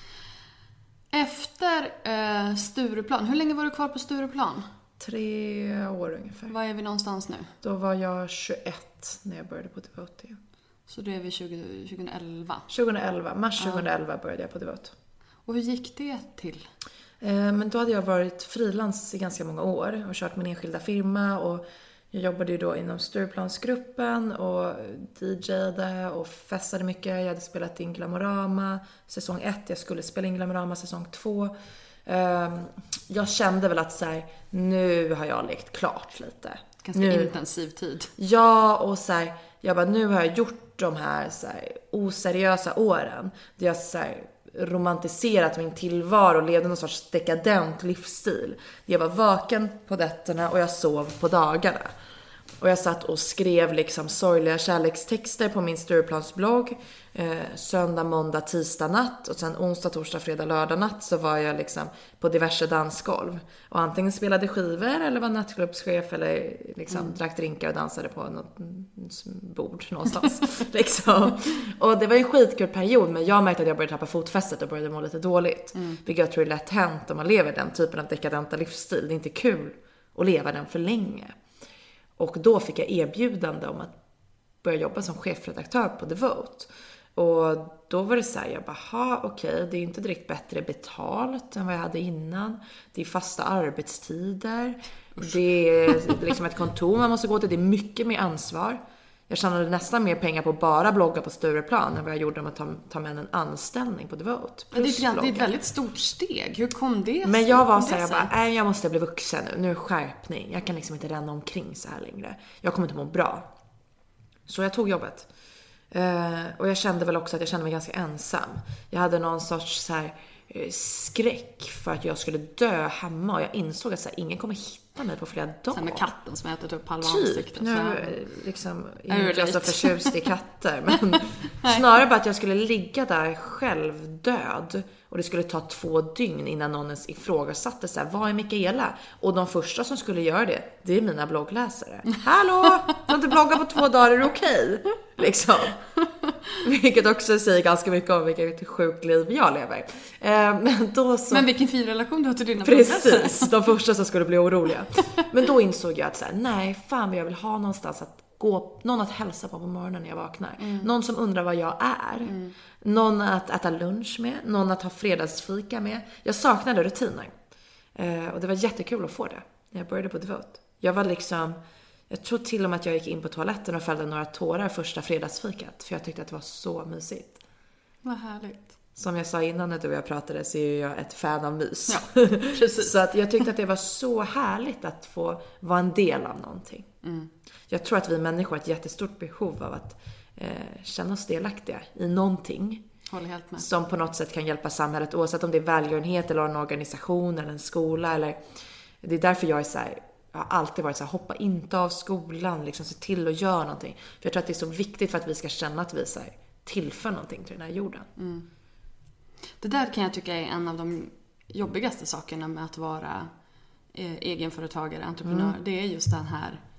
Efter eh, Stureplan, hur länge var du kvar på Stureplan? Tre år ungefär. Var är vi någonstans nu? Då var jag tjugoett när jag började på Devote. Så då är vi tjugo, tjugoelva? tjugoelva, mars tjugoelva ja. Började jag på Devote. Och hur gick det till? Eh, men då hade jag varit frilans i ganska många år och kört min enskilda firma och jag jobbade ju då inom Stureplansgruppen och DJade och festade mycket. Jag hade spelat in Glamorama säsong ett, jag skulle spela in Glamorama säsong två. Eh, jag kände väl att så här, nu har jag lekt klart lite. Ganska nu. intensiv tid. Ja, och så här, jag bara, nu har jag gjort de här, så här oseriösa åren. Där jag så här, romantiserat min tillvaro och levde någon sorts dekadent livsstil. Jag var vaken på nätterna och jag sov på dagarna. Och jag satt och skrev liksom sorgliga kärlekstexter på min Stureplansblogg. Eh, söndag, måndag, tisdag natt. Och sen onsdag, torsdag, fredag, lördag natt så var jag liksom på diverse dansgolv. Och antingen spelade skivor eller var nattklubbschef eller liksom mm. drack drinkar och dansade på något bord någonstans. liksom. Och det var en skitkul period, men jag märkte att jag började tappa fotfästet och började må lite dåligt. Mm. Vilket jag tror är lätt hänt om man lever den typen av dekadenta livsstil. Det är inte kul att leva den för länge. Och då fick jag erbjudande om att börja jobba som chefredaktör på Devote. Och då var det så här, jag bara, ha, okej, det är inte direkt bättre betalt än vad jag hade innan. Det är fasta arbetstider. Det är liksom ett kontor man måste gå till. Det är mycket mer ansvar. Jag tjänade nästan mer pengar på att bara blogga på Stureplan än vad jag gjorde om att ta, ta med en anställning på Devote. Det är, det är ett väldigt stort steg. Hur kom det? Men jag var så här, jag bara, nej, jag måste bli vuxen nu. Nu är skärpning. Jag kan liksom inte ränna omkring så här längre. Jag kommer inte må bra. Så jag tog jobbet. Uh, och jag kände väl också att jag kände mig ganska ensam. Jag hade någon sorts så här, uh, skräck för att jag skulle dö hemma. Och jag insåg att så här, ingen kommer hitta mig på flera dagar. Sen med katten som ätit upp halva typ, ansiktet. Nu är liksom, inte jag så förtjust i katter. Men snarare bara att jag skulle ligga där själv död. Och det skulle ta två dygn innan någon ens ifrågasatte så här, vad är Mikaela? Och de första som skulle göra det, det är mina bloggläsare. Hallå, du har inte bloggat på två dagar, är det okej? Okay? Liksom. Vilket också säger ganska mycket om vilket sjukt liv jag lever. Eh, men, då så... men vilken fin relation du har till dina bloggläsare. Precis, de första som skulle bli oroliga. Men då insåg jag att så här, nej, fan vad jag vill ha någonstans att gå, någon att hälsa på på morgonen när jag vaknar. Mm. Någon som undrar vad jag är. Mm. Någon att äta lunch med. Någon att ha fredagsfika med. Jag saknade rutiner. Eh, och det var jättekul att få det när jag började på Devote. Jag var liksom, jag tror till och med att jag gick in på toaletten och fällde några tårar första fredagsfikat. För jag tyckte att det var så mysigt. Vad härligt. Som jag sa innan när du och jag pratade så är jag ett fan av mys. Ja, precis. Så att jag tyckte att det var så härligt att få vara en del av någonting. Mm. Jag tror att vi människor har ett jättestort behov av att eh, känna oss delaktiga i någonting. Håller helt med. Som på något sätt kan hjälpa samhället, oavsett om det är välgörenhet eller en organisation eller en skola. Eller... Det är därför jag är så här, jag har alltid varit så här, hoppa inte av skolan, liksom se till att göra någonting. För jag tror att det är så viktigt för att vi ska känna att vi så här, tillför någonting till den här jorden. Mm. Det där kan jag tycka är en av de jobbigaste sakerna med att vara eh, egenföretagare, entreprenör. Mm. Det är just den här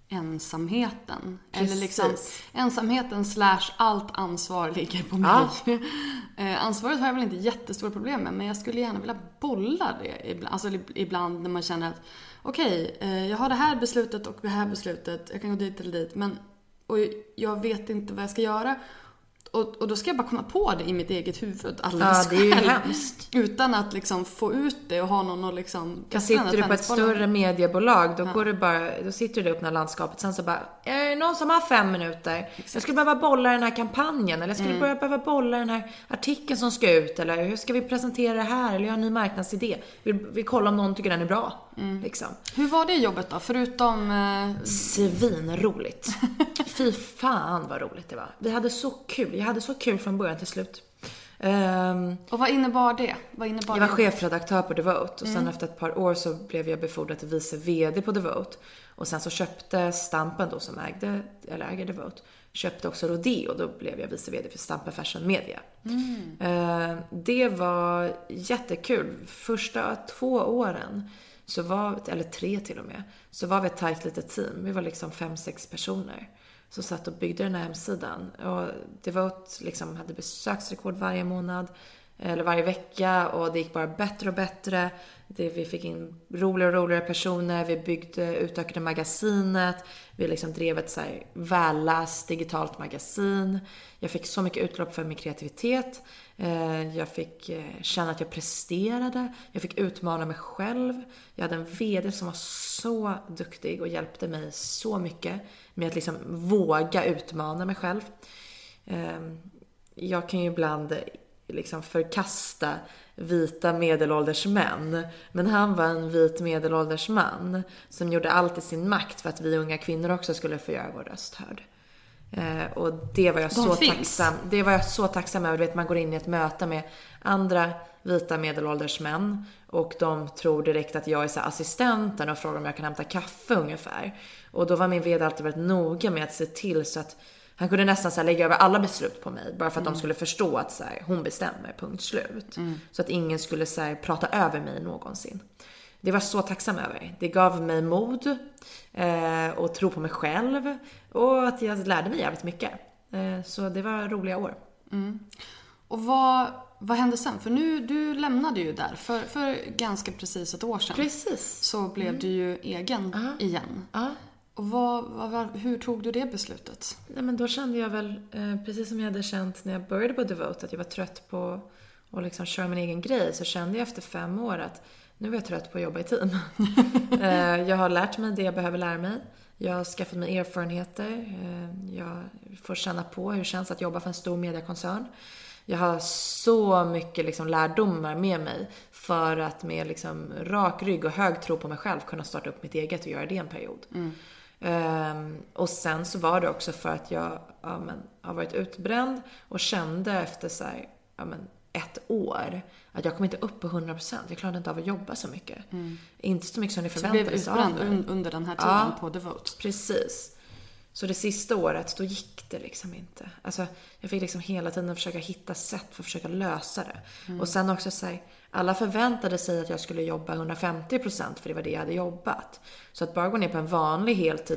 ensamheten. Precis. Eller liksom ensamheten slash allt ansvar ligger på mig. Ja. eh, ansvaret har jag väl inte jättestora problem med, men jag skulle gärna vilja bolla det ibland, alltså ibland när man känner att okej, okay, eh, jag har det här beslutet och det här beslutet, jag kan gå dit eller dit, men och jag vet inte vad jag ska göra. Och, och då ska jag bara komma på det i mitt eget huvud alldeles ja, det är ju själv. hemskt. Utan att liksom få ut det och ha någon och liksom... Då sitter du på ett större mediebolag, då, ja. går du bara, då sitter du i det öppna landskapet. Sen så bara, är det någon som har fem minuter? Exakt. Jag skulle behöva bolla den här kampanjen. Eller jag skulle mm. behöva bolla den här artikeln som ska ut. Eller hur ska vi presentera det här? Eller jag har en ny marknadsidé. Vi, vi kollar om någon tycker den är bra. Mm. Liksom. Hur var det jobbet då? Förutom... Eh... Svinroligt. Fy fan vad roligt det var. Vi hade så kul. Jag hade så kul från början till slut. Um, och vad innebar det? Vad innebar jag var det? chefredaktör på Devote. Och mm. sen efter ett par år så blev jag befordrad till vice vd på Devote. Och sen så köpte Stampen då som ägde, eller äger Devote, köpte också Rodeo. Då blev jag vice vd för Stampen Fashion Media. Mm. Uh, det var jättekul. Första två åren så var, eller tre till och med, så var vi ett tajt litet team. Vi var liksom fem, sex personer. Så satt och byggde den här hemsidan. Och det var ett, liksom, hade besöksrekord varje månad. Eller varje vecka. Och det gick bara bättre och bättre. Det, vi fick in roligare och roligare personer. Vi byggde, utökade magasinet. Vi liksom drev ett så här välläst digitalt magasin. Jag fick så mycket utlopp för min kreativitet. Jag fick känna att jag presterade. Jag fick utmana mig själv. Jag hade en vd som var så duktig och hjälpte mig så mycket med att liksom våga utmana mig själv. Jag kan ju ibland liksom förkasta vita medelålders män. Men han var en vit medelålders man som gjorde allt i sin makt för att vi unga kvinnor också skulle få göra vår röst hörd. Eh, och det var jag De så finns. tacksam. Det var jag så tacksam över. Du vet, man går in i ett möte med andra vita medelålders män och de tror direkt att jag är så assistenten och frågar om jag kan hämta kaffe ungefär. Och då var min vd alltid varit noga med att se till så att han kunde nästan så här lägga över alla beslut på mig. Bara för att mm. de skulle förstå att så här, hon bestämmer, punkt slut. Mm. Så att ingen skulle så här, prata över mig någonsin. Det var så tacksam över. Det gav mig mod eh, och tro på mig själv. Och att jag lärde mig jävligt mycket. Eh, så det var roliga år. Mm. Och vad, vad hände sen? För nu, du lämnade ju där för, för ganska precis ett år sedan. Precis. Så blev mm. du ju egen uh-huh. igen. Uh-huh. Och vad, vad, hur tog du det beslutet? Nej, men då kände jag väl, eh, precis som jag hade känt när jag började på Devote, att jag var trött på att liksom köra min egen grej. Så kände jag efter fem år att nu är jag trött på att jobba i team. eh, jag har lärt mig det jag behöver lära mig. Jag har skaffat mig erfarenheter. Eh, jag får känna på hur det känns att jobba för en stor mediekoncern. Jag har så mycket liksom lärdomar med mig för att med liksom rak rygg och hög tro på mig själv kunna starta upp mitt eget och göra det en period. Mm. Um, och sen så var det också för att jag ja, men, har varit utbränd och kände efter så här, ja, men, ett år att jag kom inte upp på hundra procent. Jag klarade inte av att jobba så mycket. Mm. Inte så mycket som ni förväntades av mig. Så du blev utbränd under den här tiden ja, på Devote. Precis. Så det sista året, då gick det liksom inte. Alltså, jag fick liksom hela tiden försöka hitta sätt för att försöka lösa det. Mm. Och sen också så här, alla förväntade sig att jag skulle jobba hundrafemtio procent för det var det jag hade jobbat. Så att bara gå ner på en vanlig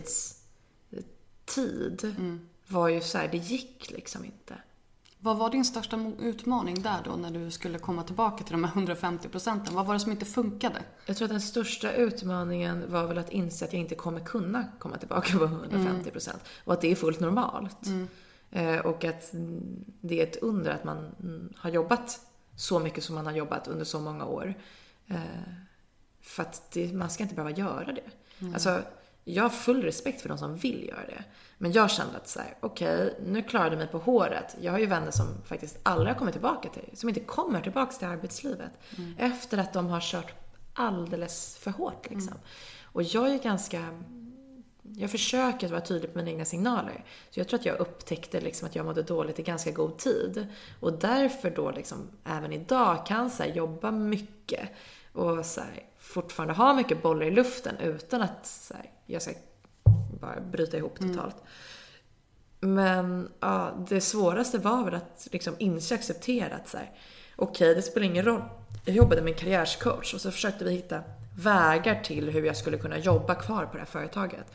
heltidstid mm. var ju så här, det gick liksom inte. Vad var din största utmaning där då när du skulle komma tillbaka till de här hundrafemtio procenten? Vad var det som inte funkade? Jag tror att den största utmaningen var väl att inse att jag inte kommer kunna komma tillbaka på hundrafemtio procent. Mm. Och att det är fullt normalt. Mm. Eh, och att det är ett under att man har jobbat så mycket som man har jobbat under så många år. Eh, för att det, man ska inte behöva göra det. Mm. Alltså, jag har full respekt för de som vill göra det. Men jag kände att så här, okej, okay, nu klarade jag mig på håret. Jag har ju vänner som faktiskt aldrig har kommit tillbaka till, som inte kommer tillbaka till arbetslivet. Mm. Efter att de har kört alldeles för hårt liksom. Mm. Och jag är ganska, jag försöker att vara tydlig på mina egna signaler. Så jag tror att jag upptäckte liksom att jag mådde dåligt i ganska god tid. Och därför då liksom, även idag kan så här, jobba mycket. Och så här, fortfarande ha mycket bollar i luften utan att så här, jag ska bara bryta ihop totalt. Mm. Men ja, det svåraste var väl att liksom inse och acceptera att så här, okej, okay, det spelar ingen roll. Jag jobbade med en karriärscoach och så försökte vi hitta vägar till hur jag skulle kunna jobba kvar på det här företaget.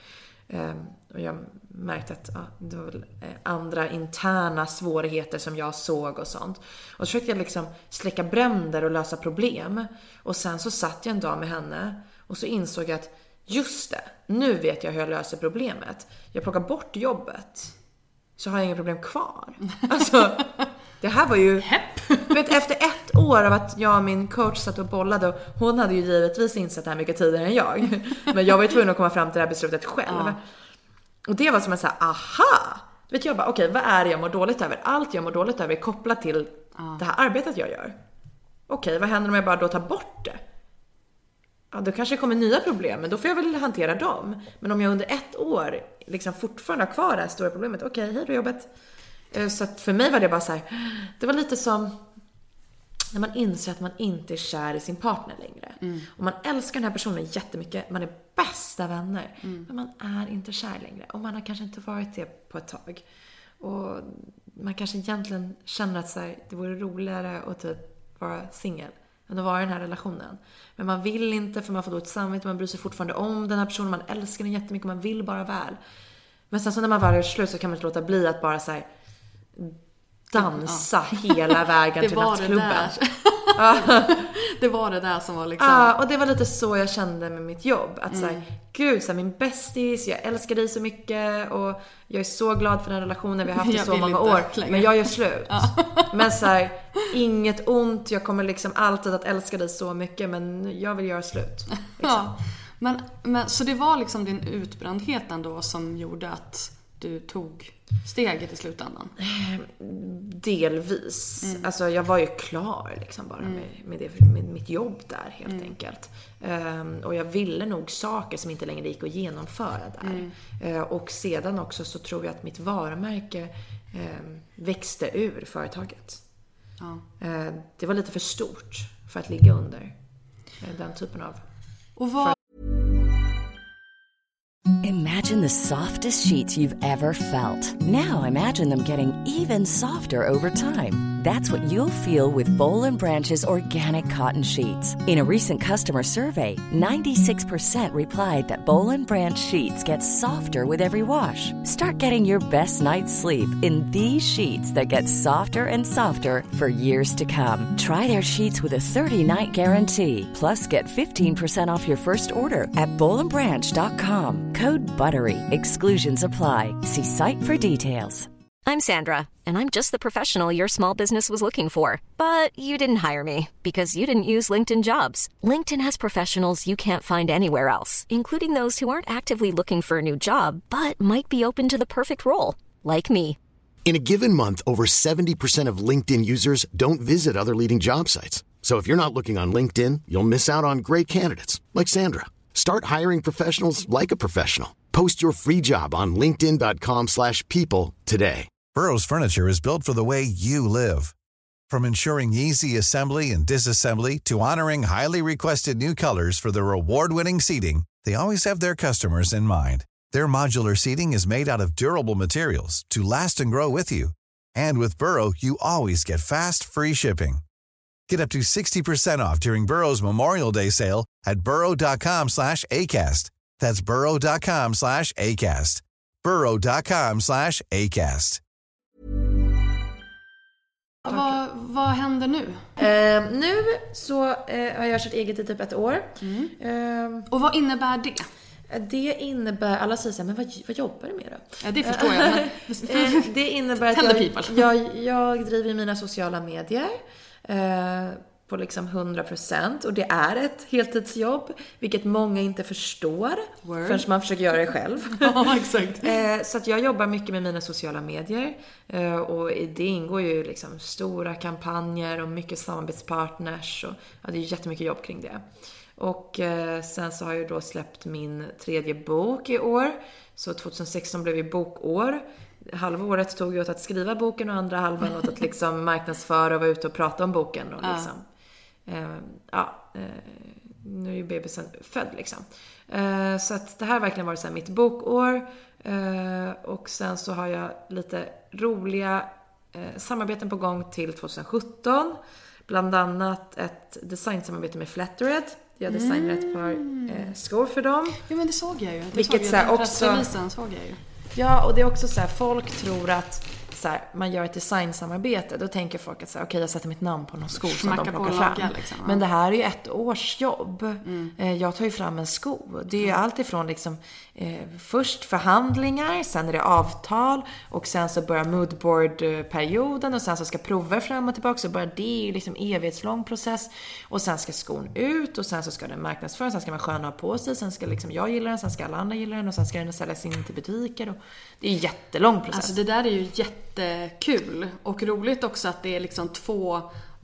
Um, och jag märkte att ja, det var väl andra interna svårigheter som jag såg och sånt. Och så försökte jag liksom släcka bränder och lösa problem. Och sen så satt jag en dag med henne och så insåg jag att just det, nu vet jag hur jag löser problemet. Jag plockar bort jobbet så har jag inga problem kvar. Alltså, det här var ju... vet, efter ett år av att jag och min coach satt och bollade, och hon hade ju givetvis insett det här mycket tidigare än jag. Men jag var ju tvungen att komma fram till det här beslutet själv. Ja. Och det var som en så här, aha! Vet jag bara, okej, okay, vad är det jag mår dåligt över? Allt jag mår dåligt över är kopplat till ja. det här arbetet jag gör. Okej, okay, vad händer om jag bara då tar bort det? Ja, då kanske det kommer nya problem, men då får jag väl hantera dem. Men om jag under ett år liksom fortfarande har kvar det här stora problemet, okej, okay, hej då jobbet. Så att för mig var det bara så här, det var lite som när man inser att man inte är kär i sin partner längre. Mm. Och man älskar den här personen jättemycket, man är bästa vänner. Mm. Men man är inte kär längre. Och man har kanske inte varit det på ett tag. Och man kanske egentligen känner att så här, det vore roligare att typ vara singel än att vara i den här relationen. Men man vill inte, för man får då ett samvete. Man bryr sig fortfarande om den här personen. Man älskar den jättemycket och man vill bara väl. Men sen så när man väl är slut så kan man inte låta bli att bara så här, dansa ja. hela vägen till nattklubben. Det, det var det där som var liksom... Ja, och det var lite så jag kände med mitt jobb. Att mm. så här, gud, så här, min bästis, jag älskar dig så mycket och jag är så glad för den relationen vi har haft i så många år. Längre. Men jag gör slut. Ja. Men så här, inget ont, jag kommer liksom alltid att älska dig så mycket, men jag vill göra slut. Liksom. Ja. Men, men, så det var liksom din utbrändhet ändå som gjorde att du tog steget i slutändan? Delvis. Mm. Alltså jag var ju klar liksom bara mm. med, med, det, med mitt jobb där helt mm. enkelt. Um, och jag ville nog saker som inte längre gick att genomföra där. Mm. Uh, och sedan också så tror jag att mitt varumärke um, växte ur företaget. Ja. Uh, det var lite för stort för att ligga under uh, den typen av... Och vad... Imagine the softest sheets you've ever felt. Now imagine them getting even softer over time. That's what you'll feel with Boll and Branch's organic cotton sheets. In a recent customer survey, ninety-six percent replied that Boll and Branch sheets get softer with every wash. Start getting your best night's sleep in these sheets that get softer and softer for years to come. Try their sheets with a thirty-night guarantee. Plus, get fifteen percent off your first order at boll and branch dot com. Code BUTTERY. Exclusions apply. See site for details. I'm Sandra, and I'm just the professional your small business was looking for. But you didn't hire me because you didn't use LinkedIn Jobs. LinkedIn has professionals you can't find anywhere else, including those who aren't actively looking for a new job, but might be open to the perfect role, like me. In a given month, over seventy percent of LinkedIn users don't visit other leading job sites. So if you're not looking on LinkedIn, you'll miss out on great candidates, like Sandra. Start hiring professionals like a professional. Post your free job on linkedin dot com slash people today. Burrow's furniture is built for the way you live. From ensuring easy assembly and disassembly to honoring highly requested new colors for their award-winning seating, they always have their customers in mind. Their modular seating is made out of durable materials to last and grow with you. And with Burrow, you always get fast, free shipping. Get up to sixty percent off during Burrow's Memorial Day sale at burrow dot com slash acast. That's burrow dot com slash acast. burrow dot com slash acast. Vad, vad händer nu? Uh, nu så uh, har jag kört eget i typ ett år. Mm. Uh, Och vad innebär det? Det innebär, alla säger så här, men vad, vad jobbar du med då? Ja, det förstår jag. Men... det innebär att jag, jag, jag driver mina sociala medier. Uh, på liksom hundra procent. Och det är ett heltidsjobb, vilket många inte förstår Word. förrän man försöker göra det själv. Ja, exakt. uh, så att jag jobbar mycket med mina sociala medier. Uh, och i det ingår ju liksom stora kampanjer och mycket samarbetspartners. Och, ja, det är jättemycket jobb kring det. Och uh, sen så har jag då släppt min tredje bok i år. Så tjugohundrasexton blev ju bokår. Halva året tog jag åt att skriva boken och andra halvan åt att liksom marknadsföra och vara ute och prata om boken. Och liksom, uh. Uh, ja, uh, nu är ju bebisen född liksom. Uh, så att det här har verkligen varit så här mitt bokår. Uh, och sen så har jag lite roliga uh, samarbeten på gång till tjugosjutton. Bland annat ett designsamarbete med Flattered. Jag designade ett par eh, skor för dem. Ja, men det såg jag ju. Det Vilket såg jag. Så här, också... såg jag ju. Ja, och det är också så här, folk tror att så här, man gör ett designsamarbete. Då tänker folk att så här, okej, jag sätter mitt namn på någon sko som de plockar fram. Laga, liksom, ja. Men det här är ju ett års jobb. Mm. Eh, jag tar ju fram en sko. Det är ju mm. allt ifrån liksom, eh, först förhandlingar, sen är det avtal och sen så börjar moodboard-perioden och sen så ska prover fram och tillbaka. Så börjar det är ju liksom evighetslång process. Och sen ska skon ut och sen så ska den marknadsföras. Sen ska man sköna ha på sig. Sen ska liksom jag gilla den, sen ska alla andra gilla den och sen ska den säljas in till butiker. Och det är en jättelång process. Alltså det där är ju jättekul och roligt också att det är liksom två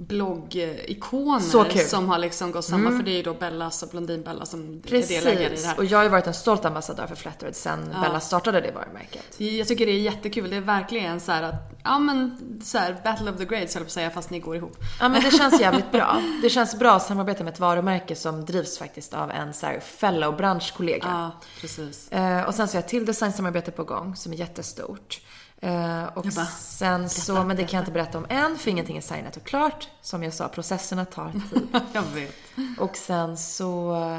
bloggikoner som har liksom gått samman mm. för det är ju då Bellas och Blondinbella som Precis. är delägare i det här. Och jag har ju varit en stolt ambassadör för Flattered sen ja. Bella startade det varumärket. Jag tycker det är jättekul. Det är verkligen så här att ja men så här Battle of the Grades, höll på att säga, fast ni går ihop. Ja, men det känns jävligt bra. Det känns bra att samarbeta med ett varumärke som drivs faktiskt av en så här fellow branschkollega. Ja, precis. Eh, och sen så har jag till designsamarbete på gång som är jättestort. Uh, och bara, sen så, berätta, men det kan jag inte berätta om än för ingenting är signat och klart. Som jag sa, processerna tar tid. Jag vet. Och sen så uh,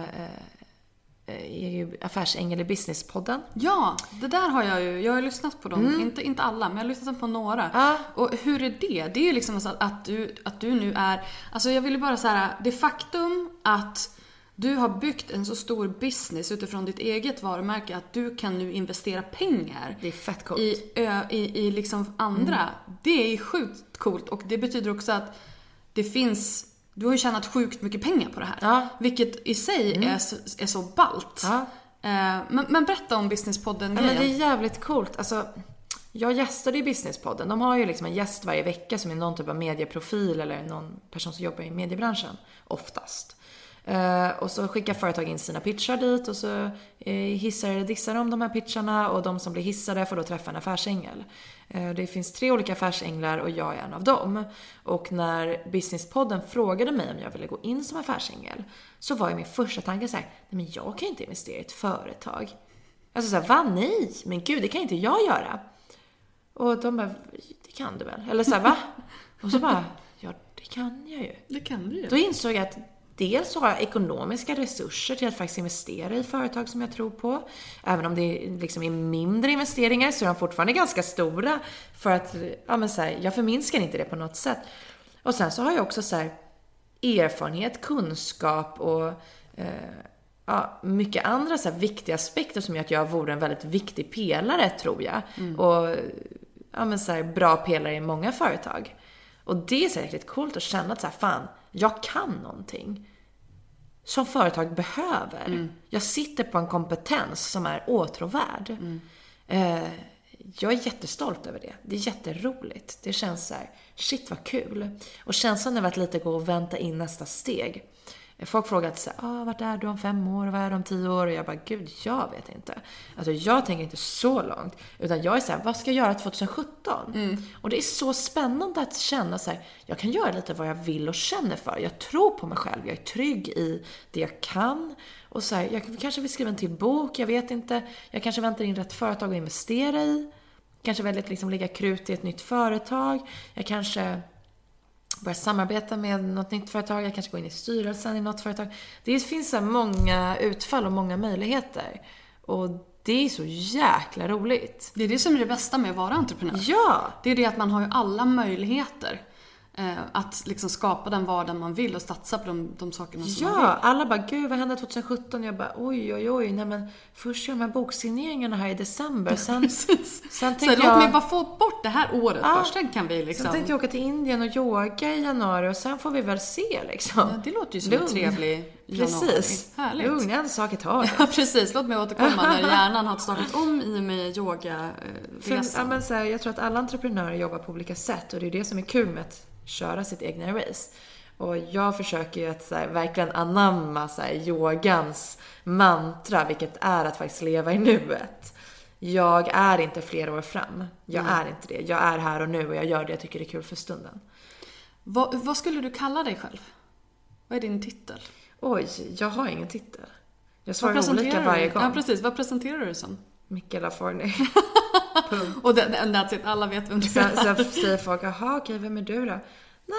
är ju Affärsängel i Businesspodden. Ja, det där har jag ju, jag har ju lyssnat på dem, mm. inte, inte alla, men jag har lyssnat på några. Uh. Och hur är det? Det är ju liksom så att, att, du, att du nu är, alltså jag vill ju bara så här, det faktum att du har byggt en så stor business utifrån ditt eget varumärke att du kan nu investera pengar. Det är fett coolt. I, i, i liksom andra. Mm. Det är sjukt coolt och det betyder också att det finns, du har ju tjänat sjukt mycket pengar på det här. Ja. Vilket i sig mm. är, så, är så ballt. Ja. Men, men berätta om Businesspodden. Ja, men det är jävligt coolt. Alltså, jag gästade i Businesspodden. De har ju liksom en gäst varje vecka som är någon typ av medieprofil eller någon person som jobbar i mediebranschen. Oftast. Uh, och så skickar företag in sina pitchar dit och så uh, hissar eller dissar de de här pitcharna och de som blir hissade får då träffa en affärsängel. Uh, det finns tre olika affärsänglar och jag är en av dem. Och när Businesspodden frågade mig om jag ville gå in som affärsängel så var ju min första tanke så här: nej men jag kan ju inte investera i ett företag. Alltså så här, va nej? Men gud, det kan inte jag göra. Och de bara, det kan du väl? Eller så här, va? Och så bara, ja det kan jag ju. Det kan du ju. Då insåg jag att dels så har jag ekonomiska resurser till att faktiskt investera i företag som jag tror på. Även om det liksom är mindre investeringar så är de fortfarande ganska stora. För att, ja men så här, jag förminskar inte det på något sätt. Och sen så har jag också så här, erfarenhet, kunskap och eh, ja, mycket andra så här, viktiga aspekter som gör att jag vore en väldigt viktig pelare, tror jag. Mm. Och ja, men så här, bra pelare i många företag. Och det är så riktigt coolt att känna att så här, fan, jag kan någonting som företag behöver. Mm. Jag sitter på en kompetens som är åtråvärd. Mm. Eh, jag är jättestolt över det. Det är jätteroligt. Det känns så här, shit vad kul. Och känslan är att lite gå och vänta in nästa steg. Folk frågar att ah, vart är du om fem år, vad är du om tio år? Och jag bara, gud, jag vet inte. Alltså jag tänker inte så långt. Utan jag är så här, vad ska jag göra tjugosjutton? Mm. Och det är så spännande att känna så här, jag kan göra lite vad jag vill och känner för. Jag tror på mig själv, jag är trygg i det jag kan. Och så här, jag kanske vill skriva en till bok, jag vet inte. Jag kanske väntar in rätt företag att investera i. Kanske väldigt liksom lägga krut i ett nytt företag. Jag kanske börja samarbeta med något nytt företag. Jag kanske går in i styrelsen i något företag. Det finns så många utfall och många möjligheter. Och det är så jäkla roligt. Det är det som är det bästa med att vara entreprenör. Ja! Det är det att man har ju alla möjligheter. Eh, att liksom skapa den vardag man vill och satsa på de, de sakerna som ja, man vill. Ja, alla bara, gud vad hände tjugosjutton? Jag bara, oj, oj, oj. Nej, men först gör de här boksigneringarna här i december. Sen, Precis. Sen så jag... låt mig bara få bort det här året ja, först. Sen kan vi liksom... Sen tänkte jag åka till Indien och yoga i januari. Och sen får vi väl se liksom. Ja, det låter ju som en trevlig januari. Precis. Härligt. Lugn, en sak i taget. Ja, precis. Låt mig återkomma när hjärnan har startat om i med yoga. För, ja, men så här, jag tror att alla entreprenörer jobbar på olika sätt. Och det är det som är kul med att köra sitt egna race. Och jag försöker ju att så här, verkligen anamma så här, yogans mantra, vilket är att faktiskt leva i nuet. Jag är inte flera år fram. Jag mm. är inte det. Jag är här och nu och jag gör det jag tycker är kul för stunden. Vad, vad skulle du kalla dig själv? Vad är din titel? Oj, jag har ingen titel. Jag svarar olika varje gång. Ja, precis. Vad presenterar du som? Michaela Forney. Och that's it, alla vet vem du är. Så, så säger folk, jaha, okej, vem är du då? Nej, jag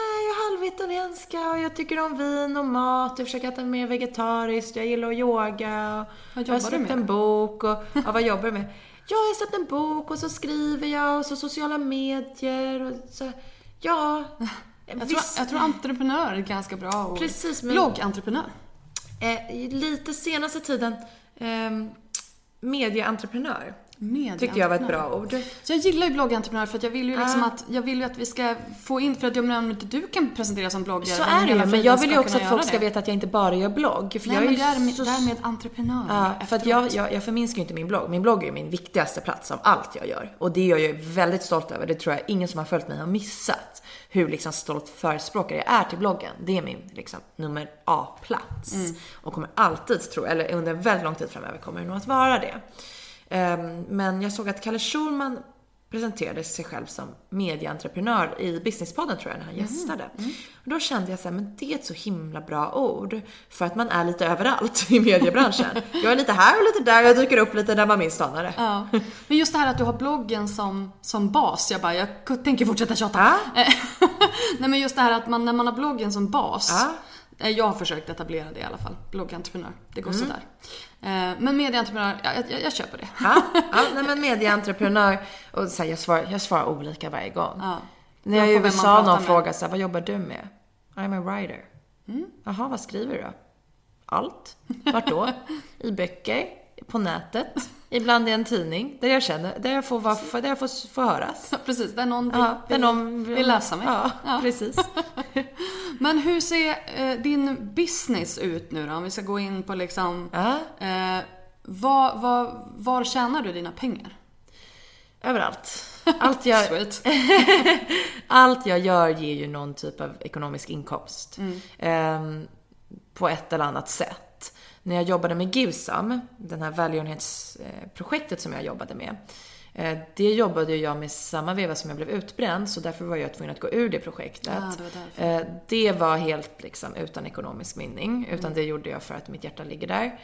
halvitalienska och jag tycker om vin och mat. Jag försöker äta mer vegetariskt. Jag gillar att yoga. Och jag har släppt en bok. Och, ja, vad jobbar du med? Ja, jag har släppt en bok och så skriver jag och så sociala medier och så. Ja. Jag tror, jag tror entreprenör är ganska bra ord. Precis. Men, bloggentreprenör. Eh, lite senaste tiden eh, medieentreprenör. Tyckte jag var ett bra ord. Jag gillar ju bloggentreprenör för att jag vill ju liksom ah. att jag vill ju att vi ska få in, för att jag menar inte du kan presentera som bloggare. Så är det ju, men jag vill ju också att folk ska det. veta att jag inte bara gör blogg. För Nej, jag men är därmed, så... därmed entreprenör. Ja, för att jag, jag, jag förminskar ju inte min blogg. Min blogg är ju min viktigaste plats av allt jag gör. Och det är jag ju väldigt stolt över. Det tror jag ingen som har följt mig har missat. Hur liksom stolt förespråkare jag är till bloggen. Det är min liksom nummer A-plats. Mm. Och kommer alltid, tror eller under en väldigt lång tid framöver kommer det nog att vara det. Um, men jag såg att Kalle Schulman presenterade sig själv som medieentreprenör i Businesspodden, tror jag, när han gästade. Mm. Mm. Och då kände jag så här, men det är ett så himla bra ord. För att man är lite överallt i mediebranschen. Jag är lite här och lite där, jag dyker upp lite där man minst anar det. Ja. Men just det här att du har bloggen som, som bas, jag bara, jag tänker fortsätta tjata. Ja. Nej, men just det här att man, när man har bloggen som bas, ja. Jag har försökt etablera det i alla fall. Bloggentreprenör, det går mm. sådär. Men medieentreprenör, jag, jag, jag köper det. Ja, ja nej, men medieentreprenör. Och så här, jag, svarar, jag svarar olika varje gång. Ja. När jag är i U S A någon frågar så här, vad jobbar du med? I'm a writer. Mm. Jaha, vad skriver du då? Allt. Vart då? I böcker, på nätet. Ibland i en tidning där jag känner, där jag får, vara, där jag får, får höras. Precis, där någon vill, ja, där någon vill, vill läsa mig. Ja, ja. Precis. Men hur ser eh, din business ut nu då? Om vi ska gå in på liksom... Ja. Eh, var, var, var tjänar du dina pengar? Överallt. Allt jag, Sweet. allt jag gör ger ju någon typ av ekonomisk inkomst. Mm. Eh, på ett eller annat sätt. När jag jobbade med Givesam, den här välgörenhetsprojektet som jag jobbade med. Det jobbade jag med samma veva som jag blev utbränd, så därför var jag tvungen att gå ur det projektet. Ja, det, var det var helt liksom utan ekonomisk vinning, utan mm. det gjorde jag för att mitt hjärta ligger där.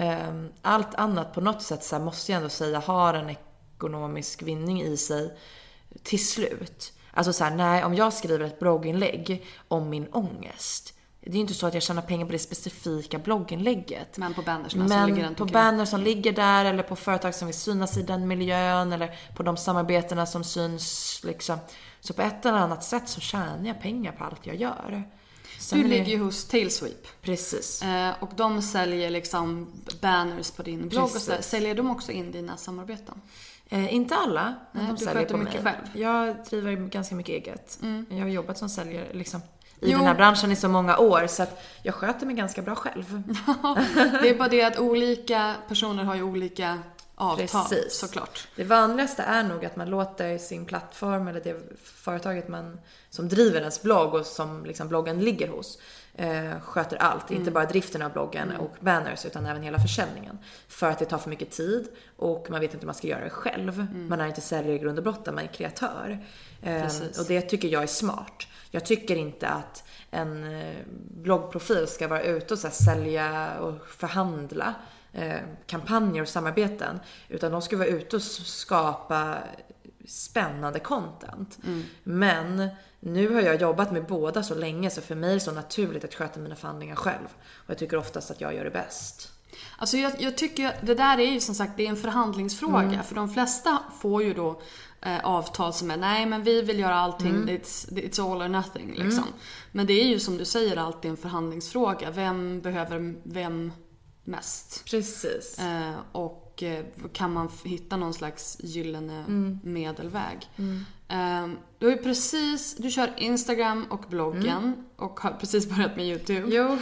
Allt annat på något sätt så måste jag ändå säga har en ekonomisk vinning i sig till slut. Alltså så här, nej, om jag skriver ett blogginlägg om min ångest, det är ju inte så att jag tjänar pengar på det specifika blogginlägget. Men på banners Men som ligger på banners som ligger där, eller på företag som vill synas i den miljön, eller på de samarbetena som syns liksom. Så på ett eller annat sätt så tjänar jag pengar på allt jag gör. Sen du ligger ju hos Tailsweep. Precis. Eh, och de säljer liksom banners på din blogg. Och så där. Säljer de också in dina samarbeten? Eh, inte alla, men Nej, de du säljer på mycket mig. Själv. Jag driver ganska mycket eget. Mm. Jag har jobbat som säljare liksom i jo. den här branschen i så många år, så att jag sköter mig ganska bra själv. Det är bara det att olika personer har ju olika avtal. Precis. Såklart. Det vanligaste är nog att man låter sin plattform eller det företaget man, som driver ens blogg och som liksom bloggen ligger hos eh, sköter allt. Mm. Inte bara driften av bloggen mm. och banners, utan även hela försäljningen. För att det tar för mycket tid och man vet inte hur man ska göra det själv. Mm. Man är inte säljare i grund och botten, man är kreatör. Eh, och det tycker jag är smart. Jag tycker inte att en bloggprofil ska vara ute och så här sälja och förhandla eh, kampanjer och samarbeten, utan de ska vara ute och skapa spännande content. Mm. Men nu har jag jobbat med båda så länge, så för mig är det så naturligt att sköta mina förhandlingar själv. Och jag tycker oftast att jag gör det bäst. Alltså jag, jag tycker att det där är ju som sagt, det är en förhandlingsfråga. Mm. För de flesta får ju då eh, avtal som är, nej men vi vill göra allting, mm. it's, it's all or nothing liksom. Mm. Men det är ju som du säger alltid en förhandlingsfråga. Vem behöver vem mest? Precis. Eh, och eh, kan man hitta någon slags gyllene mm. medelväg. Mm. Eh, du har ju precis, du kör Instagram och bloggen mm. och har precis börjat med YouTube. Jo,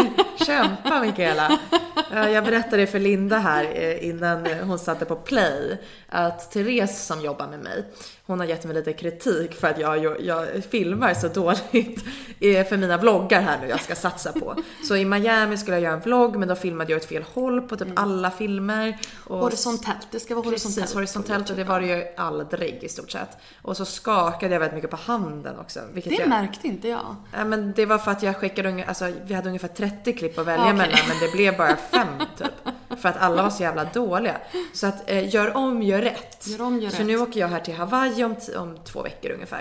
kämpa Mikaela. Jag berättade för Linda här innan hon satte på play att Therese som jobbar med mig, hon har gett mig lite kritik för att jag, jag filmar så dåligt för mina vloggar här nu jag ska satsa på. Så i Miami skulle jag göra en vlogg, men då filmade jag åt fel håll på typ mm. alla filmer. Och horisontellt, det ska vara horisontellt. Precis, horisontellt, och det var det ju aldrig i stort sett. Och så skakade jag väldigt mycket på handen också. Det jag, märkte inte jag. Ja, men det var för att jag skickade, alltså vi hade ungefär trettio klipp att välja okay. mellan, men det blev bara fem typ. För att alla var så jävla dåliga. Så att eh, gör om, gör rätt. Gör om, gör så rätt. Nu åker jag här till Hawaii om, t- om två veckor ungefär.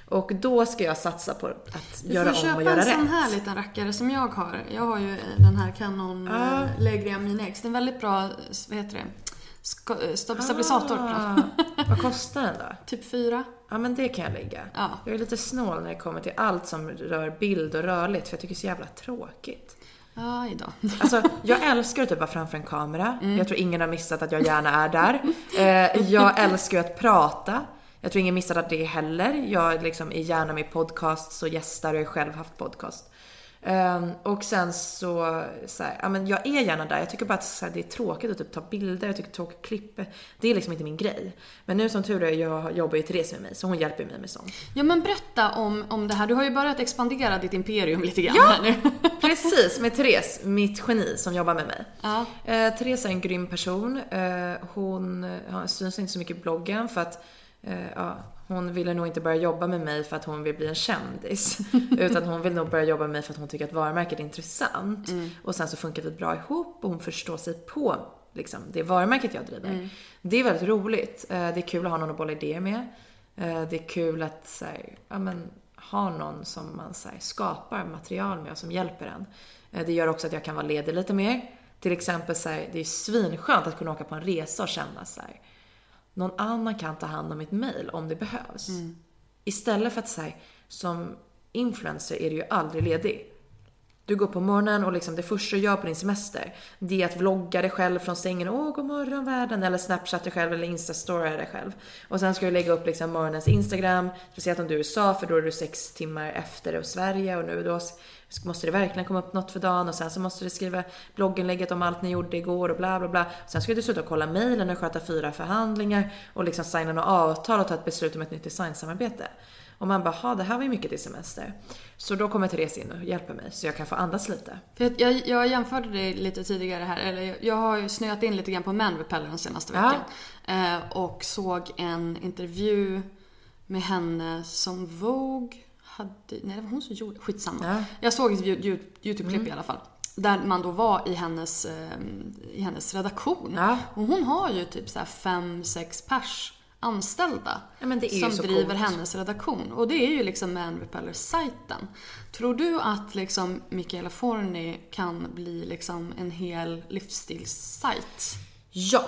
Och då ska jag satsa på att du göra om och göra rätt. Du får köpa en sån här liten rackare som jag har. Jag har ju den här Canon ah. Legria Mini X. Det är en väldigt bra, vad heter det? Stabilisator. Ah. Vad kostar den då? Typ fyra. Ja, men det kan jag lägga. Ja. Jag är lite snål när det kommer till allt som rör bild och rörligt. För jag tycker det är så jävla tråkigt. Ja, idag. Alltså, jag älskar att typ vara framför en kamera. Mm. Jag tror ingen har missat att jag gärna är där. Eh, jag älskar att prata. Jag tror ingen missat att det heller. Jag liksom är gärna med i podcasts och gästar och jag har själv haft podcast. Um, och sen så, så här, ja, men jag är gärna där. Jag tycker bara att så här, det är tråkigt att typ ta bilder. Jag tycker tråkigt klipp. Det är liksom inte min grej. Men nu som tur är, jag jobbar ju Therese med mig. Så hon hjälper mig med sånt. Ja, men berätta om, om det här. Du har ju börjat expandera ditt imperium lite grann. Ja, här nu. Precis. Med Therese, mitt geni som jobbar med mig. Ja. uh, Therese är en grym person. uh, Hon uh, syns inte så mycket i bloggen. För att uh, ja, hon ville nog inte börja jobba med mig för att hon vill bli en kändis. Utan hon vill nog börja jobba med mig för att hon tycker att varumärket är intressant. Mm. Och sen så funkar vi bra ihop och hon förstår sig på liksom, det varumärket jag driver. Mm. Det är väldigt roligt. Det är kul att ha någon att bolla idéer med. Det är kul att så här, ja, men, ha någon som man så här, skapar material med och som hjälper en. Det gör också att jag kan vara ledig lite mer. Till exempel så här, det är svinskönt att kunna åka på en resa och känna så här, någon annan kan ta hand om mitt mail om det behövs. Mm. Istället för att säga, som influencer är du ju aldrig ledig. Du går på morgonen och liksom det första du gör på din semester, det är att vlogga dig själv från sängen. Åh, god morgon världen. Eller snapchat dig själv eller instastory dig själv. Och sen ska du lägga upp liksom morgonens Instagram. Speciellt om du är i U S A, för då är du sex timmar efter det i Sverige. Och nu då måste det verkligen komma upp något för dagen. Och sen så måste du skriva blogginlägget om allt ni gjorde igår och bla bla bla. Sen ska du sluta kolla mejlen och sköta fyra förhandlingar. Och liksom signa något avtal och ta ett beslut om ett nytt designsamarbete. Och man bara, ha det här var ju mycket till semester. Så då kommer Therese in och hjälper mig så jag kan få andas lite. För jag, jag jämförde det lite tidigare här. Eller jag har ju snöat in lite grann på Man Repeller den senaste veckan. Ja. Eh, och såg en intervju med henne som Vogue hade... Nej, det var hon som gjorde. Skitsamma. Ja. Jag såg ett YouTube-klipp mm. i alla fall. Där man då var i hennes, eh, i hennes redaktion. Ja. Och hon har ju typ så här fem, sex pers anställda ja, men det är som ju så driver coolt. Hennes redaktion. Och det är ju liksom Man Repeller-sajten. Tror du att liksom Michaela Forni kan bli liksom en hel livsstilssajt? Ja.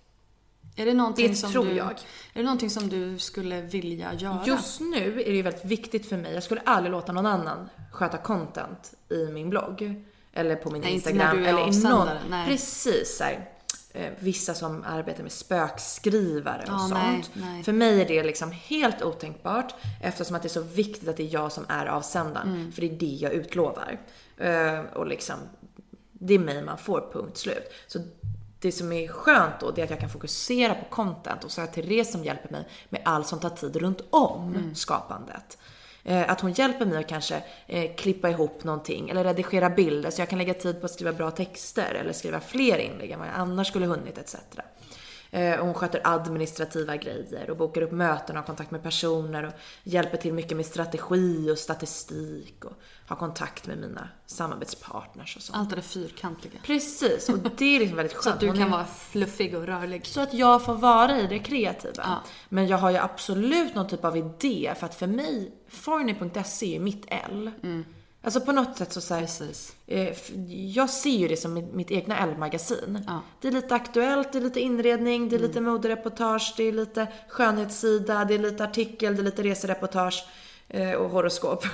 Är det någonting det som tror du, jag. Är det någonting som du skulle vilja göra? Just nu är det ju väldigt viktigt för mig. Jag skulle aldrig låta någon annan sköta content i min blogg. Eller på min Nej, Instagram. Inte när du är eller i någon. Nej. Precis så här. Vissa som arbetar med spökskrivare och oh, sånt. Nej, nej. För mig är det liksom helt otänkbart. Eftersom att det är så viktigt att det är jag som är avsändaren. Mm. För det är det jag utlovar. Och liksom, det är mig man får, punkt slut. Så det som är skönt då, det är att jag kan fokusera på content. Och så är det Therese som hjälper mig med allt som tar tid runt om mm. skapandet. Att hon hjälper mig att kanske eh, klippa ihop någonting eller redigera bilder så jag kan lägga tid på att skriva bra texter eller skriva fler inlägg än vad jag annars skulle hunnit et cetera. Eh, och hon sköter administrativa grejer och bokar upp möten och har kontakt med personer och hjälper till mycket med strategi och statistik och har kontakt med mina samarbetspartners och sånt. Allt det där fyrkantiga. Precis, och det är liksom väldigt skönt. Så att du hon kan är... vara fluffig och rörlig. Så att jag får vara i det kreativa. Ja. Men jag har ju absolut någon typ av idé. För att för mig, forny punkt se är mitt L. Mm. Alltså på något sätt så säger eh, jag ser ju det som mitt, mitt egna L-magasin. Ja. Det är lite aktuellt, det är lite inredning, det är mm. lite modereportage, det är lite skönhetssida, det är lite artikel, det är lite resereportage eh, och horoskop.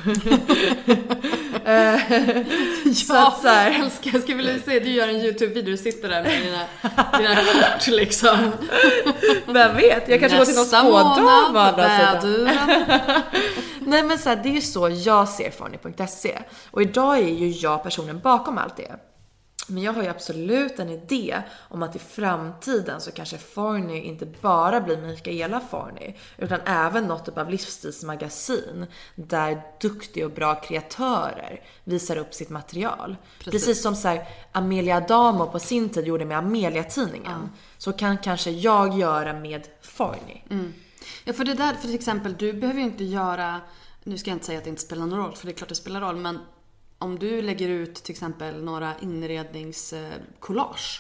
Ja, så att så här. Älskar, jag skulle vilja se du gör en YouTube-video och sitter där med dina, dina kort liksom. Vem vet, jag kanske Nästa går till någon spådam på väduren. Nej men så här, det är ju så jag ser forny punkt se. Och idag är ju jag personen bakom allt det. Men jag har ju absolut en idé om att i framtiden så kanske Forny inte bara blir Michaela Forny utan även något typ av livsstilsmagasin där duktiga och bra kreatörer visar upp sitt material. Precis, Precis som så här, Amelia Adamo på sin tid gjorde med Amelia-tidningen. Mm. Så kan kanske jag göra med Forny. Mm. Ja, för det där, för till exempel, du behöver ju inte göra, nu ska jag inte säga att det inte spelar någon roll, för det är klart det spelar roll, men om du lägger ut till exempel några inredningscollage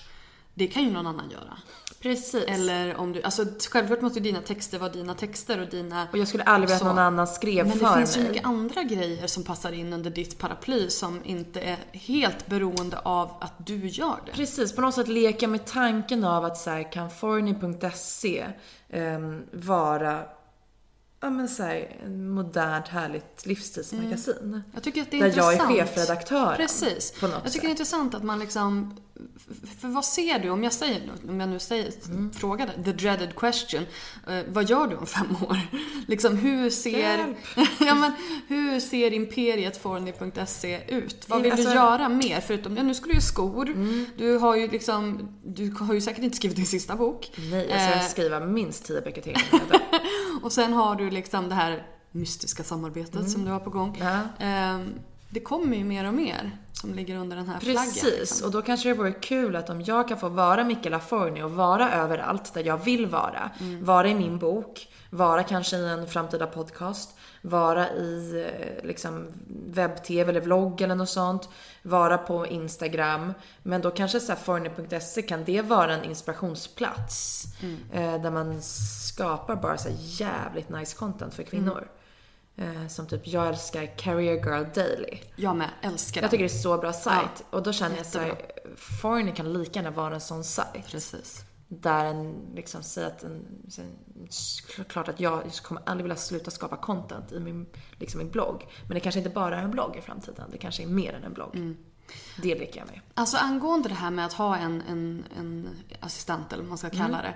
det kan ju någon annan göra. Precis. Eller om du, alltså självklart måste ju dina texter vara dina texter och dina... Och jag skulle aldrig vilja att någon annan skrev men för mig. Men det finns ju mycket andra grejer som passar in under ditt paraply som inte är helt beroende av att du gör det. Precis, på något sätt leka med tanken av att så här, kan forny punkt se um, vara ja, men så här, en modernt, härligt livsstilsmagasin. Mm. Jag tycker att det är där intressant. jag är chefredaktören. Precis. På något jag tycker sätt. det är intressant att man liksom... För vad ser du, om jag säger, om jag nu säger, mm. frågar det, the dreaded question, uh, vad gör du om fem år? liksom, hur ser, ja, men, hur ser imperiet forny punkt se ut? Vad vill alltså, du göra mer? Förutom, ja, nu skulle ju skor, mm. du har ju liksom, du har ju säkert inte skrivit din sista bok. Nej, jag ska uh, skriva minst tio böcker till. och sen har du liksom det här mystiska samarbetet mm. som du har på gång. Ja. Um, det kommer ju mer och mer som ligger under den här Precis, flaggan. Precis, liksom. Och då kanske det vore kul att om jag kan få vara Michaela Forni och vara överallt där jag vill vara. Mm. Vara i min bok, vara kanske i en framtida podcast, vara i liksom webb-tv eller vlogg eller något sånt, vara på Instagram. Men då kanske så här forny punkt se kan det vara en inspirationsplats mm. eh, där man skapar bara så här jävligt nice content för kvinnor. Mm. Som typ, jag älskar Career Girl Daily. Jag med, älskar den. Jag tycker det är så bra sajt. Ja, och då känner jag så här, Forny kan lika gärna vara en sån sajt. Precis. Där en liksom säger att en, klart att jag kommer aldrig vilja sluta skapa content i min, liksom min blogg. Men det kanske inte bara är en blogg i framtiden. Det kanske är mer än en blogg. Mm. Det leker jag med. Alltså angående det här med att ha en, en, en assistent eller vad man ska kalla mm. det.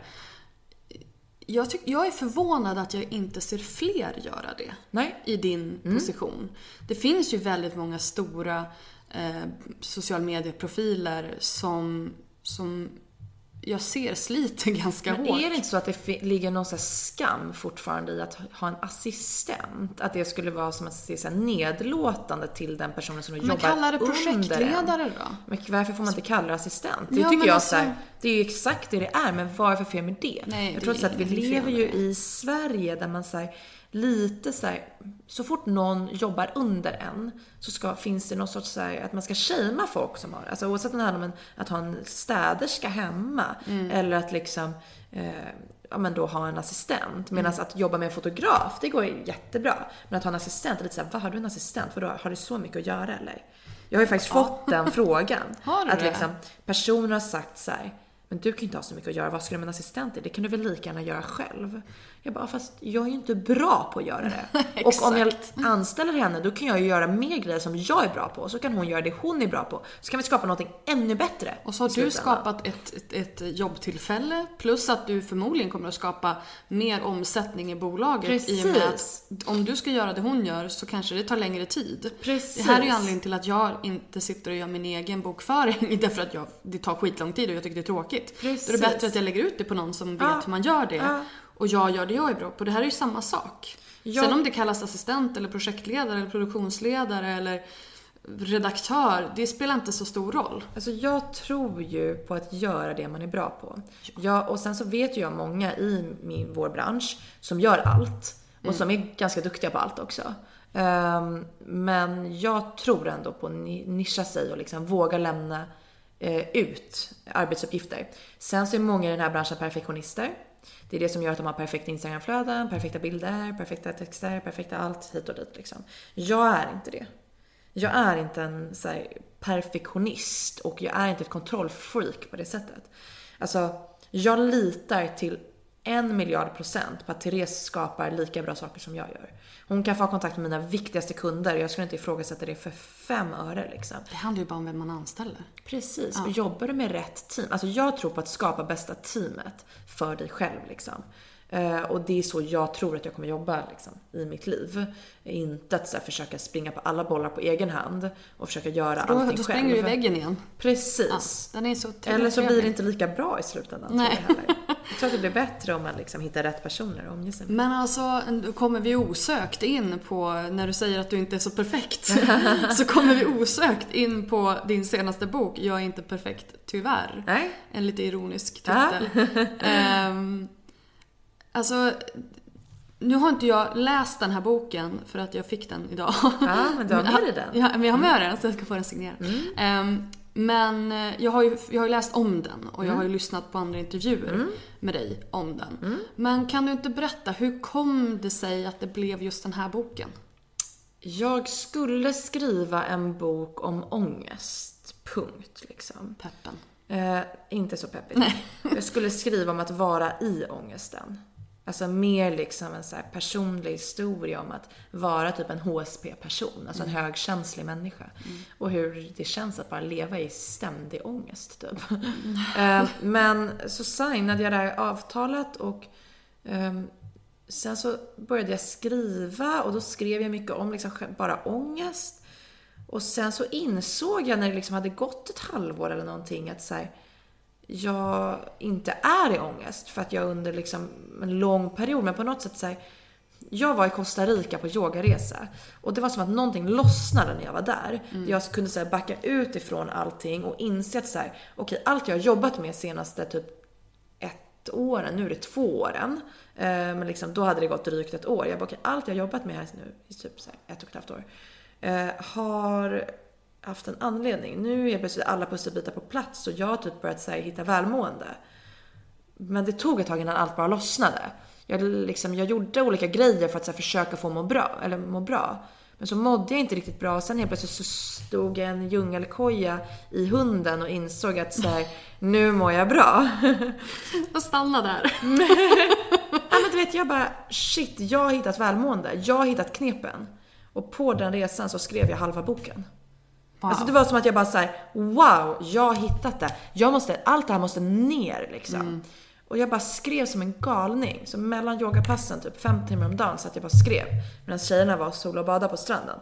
Jag, tyck, jag är förvånad att jag inte ser fler göra det. Nej. I din mm. position. Det finns ju väldigt många stora eh, social medieprofiler som, som jag ser sliter ganska Men hårt. Är det inte så att det f- ligger någon så här skam fortfarande i att ha en assistent? Att det skulle vara som att se så här nedlåtande till den personen som du men jobbar under. Men kalla det projektledare då? Men varför får man inte kalla det assistent? Det ja, tycker jag alltså... så här, det är ju exakt det det är, men vad är för fel med det? Nej, jag tror det att vi lever ju i Sverige där man säger lite så här, så fort någon jobbar under en så ska, finns det någon sorts så här, att man ska shamea folk som har, alltså oavsett om det handlar om en, att ha en städerska hemma mm. eller att liksom eh, ja, men då ha en assistent, medan mm. att jobba med en fotograf, det går jättebra, men att ha en assistent är lite så här, vad har du en assistent? För då har du så mycket att göra eller? Jag har ju faktiskt ja. fått den frågan har du att det? liksom, personer har sagt så här, men du kan ju inte ha så mycket att göra, vad ska du med en assistent i? Det kan du väl lika gärna göra själv. Jag bara, fast jag är ju inte bra på att göra det. Och om jag anställer henne, då kan jag ju göra mer grejer som jag är bra på. Så kan hon göra det hon är bra på. Så kan vi skapa någonting ännu bättre. Och så har du skapat ett, ett, ett jobbtillfälle. Plus att du förmodligen kommer att skapa mer omsättning i bolaget. Precis. I och med att om du ska göra det hon gör så kanske det tar längre tid. Precis. Det här är ju anledningen till att jag inte sitter och gör min egen bokföring. Därför att jag, det tar skitlång tid och jag tycker det är tråkigt. Precis. Då är det bättre att jag lägger ut det på någon som vet ja. hur man gör det. Ja. Och jag gör det jag är bra på. Det här är ju samma sak. Jag... Sen om det kallas assistent eller projektledare eller produktionsledare eller redaktör, det spelar inte så stor roll. Alltså jag tror ju på att göra det man är bra på. Jag, och sen så vet ju jag många i min, vår bransch som gör allt. Och mm. som är ganska duktiga på allt också. Um, men jag tror ändå på att nischa sig och liksom våga lämna uh, ut arbetsuppgifter. Sen så är många i den här branschen perfektionister. Det är det som gör att de har perfekta Instagramflöden, perfekta bilder, perfekta texter, perfekta allt hit och dit liksom. Jag är inte det. Jag är inte en så här, perfektionist och jag är inte ett kontrollfreak på det sättet. Alltså, jag litar till en miljard procent på att Therese skapar lika bra saker som jag gör. Hon kan få kontakt med mina viktigaste kunder och jag skulle inte ifrågasätta det för fem öre liksom. Det handlar ju bara om vem man anställer. Precis, ja. Och jobbar du med rätt team. Alltså jag tror på att skapa bästa teamet för dig själv liksom. Uh, och det är så jag tror att jag kommer jobba liksom, i mitt liv. Inte att så här, försöka springa på alla bollar på egen hand och försöka göra då, allting själv. Då springer du i väggen igen. Precis. Ja, den är så eller så blir det inte lika bra i slutändan. Nej. Tror jag, jag tror att det blir bättre om man liksom hittar rätt personer om sig. Men alltså, då kommer vi osökt in på, när du säger att du inte är så perfekt, så kommer vi osökt in på din senaste bok, Jag är inte perfekt, tyvärr. Nej. En lite ironisk titel. um, Alltså, nu har inte jag läst den här boken för att jag fick den idag. Ja, men du har med dig den. Ja, men jag har med den så jag ska få den signerad. Mm. Um, Men jag har ju jag har ju läst om den och jag Mm. har ju lyssnat på andra intervjuer Mm. med dig om den. Mm. Men kan du inte berätta, hur kom det sig att det blev just den här boken? Jag skulle skriva en bok om ångest. Punkt, liksom. Peppen. Eh, inte så peppigt. Nej. Jag skulle skriva om att vara i ångesten. Alltså mer liksom en så här personlig historia om att vara typ en H S P-person. Alltså en Mm. högkänslig människa. Mm. Och hur det känns att bara leva i ständig ångest typ. eh, men så signade jag det här avtalet och eh, sen så började jag skriva. Och då skrev jag mycket om liksom bara ångest. Och sen så insåg jag när det liksom hade gått ett halvår eller någonting att så här, jag inte är i ångest för att jag under liksom en lång period, men på något sätt så här, jag var i Costa Rica på yogaresa och det var som att någonting lossnade när jag var där. Mm. Jag kunde så här backa ut ifrån allting och inse att så här, okej, allt jag har jobbat med senaste typ ett åren, nu är det två åren, eh, men liksom då hade det gått drygt ett år. Jag bara, okej, allt jag har jobbat med här nu i typ så här ett och ett halvt år eh, har haft en anledning. Nu är plötsligt alla pusselbitar på plats och jag har typ börjat så här, hitta välmående. Men det tog ett tag innan allt bara lossnade. Jag, liksom, jag gjorde olika grejer för att så här, försöka få må bra, eller må bra. Men så mådde jag inte riktigt bra och sen helt plötsligt så stod jag en djungelkoja i hunden och insåg att så här, nu mår jag bra. Och stanna där. Ja, men du vet, jag bara, shit, jag har hittat välmående. Jag har hittat knepen. Och på den resan så skrev jag halva boken. Wow. Alltså det var som att jag bara så här, wow, jag har hittat det. Jag måste, allt det här måste ner liksom. Mm. Och jag bara skrev som en galning. Så mellan yogapassen typ fem timmar om dagen så att jag bara skrev. Medan tjejerna var sol och bada på stranden.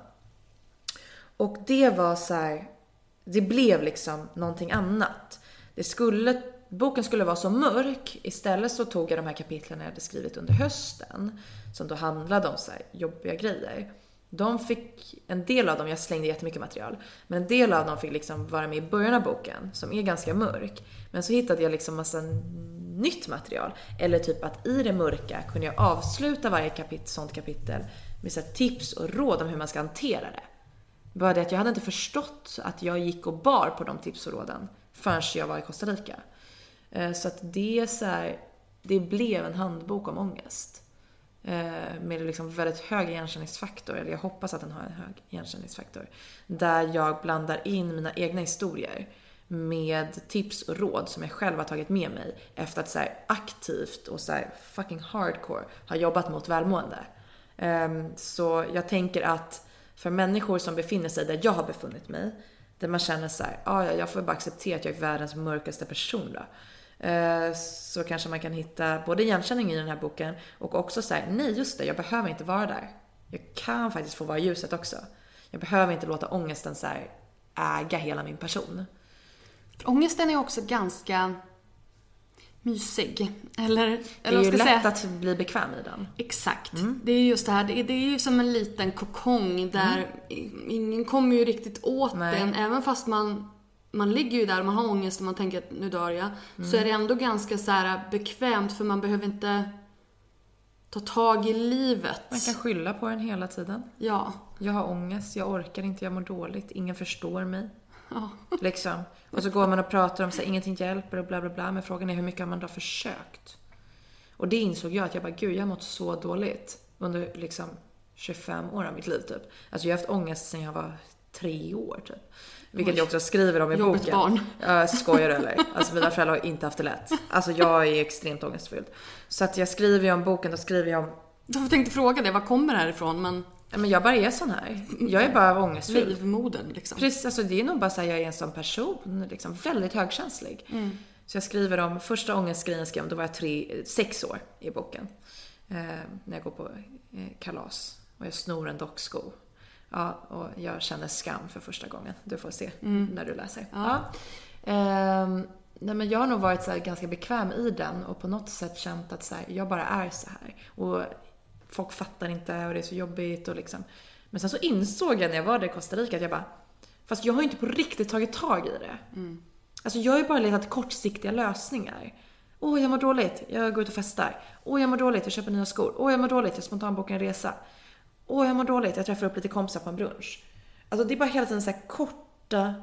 Och det var så här, det blev liksom någonting annat. Det skulle, boken skulle vara så mörk. Istället så tog jag de här kapitlen jag hade skrivit under hösten. Som då handlade om så här jobbiga grejer. De fick, en del av dem, jag slängde jättemycket material, men en del av dem fick liksom vara med i början av boken som är ganska mörk. Men så hittade jag liksom massa nytt material. Eller typ att i det mörka kunde jag avsluta varje kapitel, sånt kapitel med så här tips och råd om hur man ska hantera det. Bara det att jag hade inte förstått att jag gick och bar på de tips och råden förrän jag var i Costa Rica. Så att det, så här, det blev en handbok om ångest. Med liksom väldigt hög igenkänningsfaktor, eller jag hoppas att den har en hög igenkänningsfaktor, där jag blandar in mina egna historier med tips och råd som jag själv har tagit med mig efter att så här aktivt och så här fucking hardcore har jobbat mot välmående. Så jag tänker att för människor som befinner sig där jag har befunnit mig, där man känner så här, ah, jag får bara acceptera att jag är världens mörkaste person då, så kanske man kan hitta både igenkänning i den här boken och också säga, nej just det, jag behöver inte vara där. Jag kan faktiskt få vara i ljuset också. Jag behöver inte låta ångesten så här äga hela min person. Ångesten är också ganska mysig. Eller, det eller är ju ska lätt säga, att bli bekväm i den. Exakt. Mm. Det är just det här, det är, det är ju som en liten kokong där mm. ingen kommer ju riktigt åt nej. den, även fast man man ligger ju där och man har ångest och man tänker att nu dör jag. Mm. Så är det ändå ganska så här bekvämt, för man behöver inte ta tag i livet. Man kan skylla på den hela tiden. Ja. Jag har ångest, jag orkar inte, jag mår dåligt, ingen förstår mig. Ja. Liksom. Och så går man och pratar om så här, ingenting hjälper och bla bla bla. Men frågan är hur mycket har man då försökt? Och det insåg jag att jag bara, gud, jag har mått så dåligt under liksom tjugofem år av mitt liv typ. Alltså jag har haft ångest sedan jag var tre år typ. Vilket Oj. jag också skriver om i Jobbigt boken. Barn. Jag skojar eller? Alltså mina föräldrar har inte haft det lätt. Alltså jag är extremt ångestfylld. Så att jag skriver ju om boken, då skriver jag om... Jag tänkte fråga dig, var kommer det här ifrån? Men... Ja, men jag bara är sån här. Jag är bara ångestfylld. Livmodern liksom. Precis, alltså det är nog bara så här, jag är en sån person. Liksom, väldigt högkänslig. Mm. Så jag skriver om, första ångestgrejen skrev, då var jag tre, sex år i boken. Eh, när jag går på eh, kalas. Och jag snor en docksko. Ja, och jag känner skam för första gången. Du får se mm. när du läser. Ja. Ja. Ehm, nej, men jag har nog varit så här ganska bekväm i den. Och på något sätt känt att så här, jag bara är så här. Och folk fattar inte och det är så jobbigt. Och liksom. Men sen så insåg jag när jag var där i Costa Rica att jag bara, fast jag har inte på riktigt tagit tag i det. Mm. Alltså jag har ju bara letat kortsiktiga lösningar. Åh, jag mår dåligt. Jag går ut och festar. Åh, jag mår dåligt. Jag köper nya skor. Åh, jag mår dåligt. Jag spontanbokar en resa. Åh, jag mår dåligt. Jag träffar upp lite kompisar på en brunch. Alltså det är bara hela tiden så här korta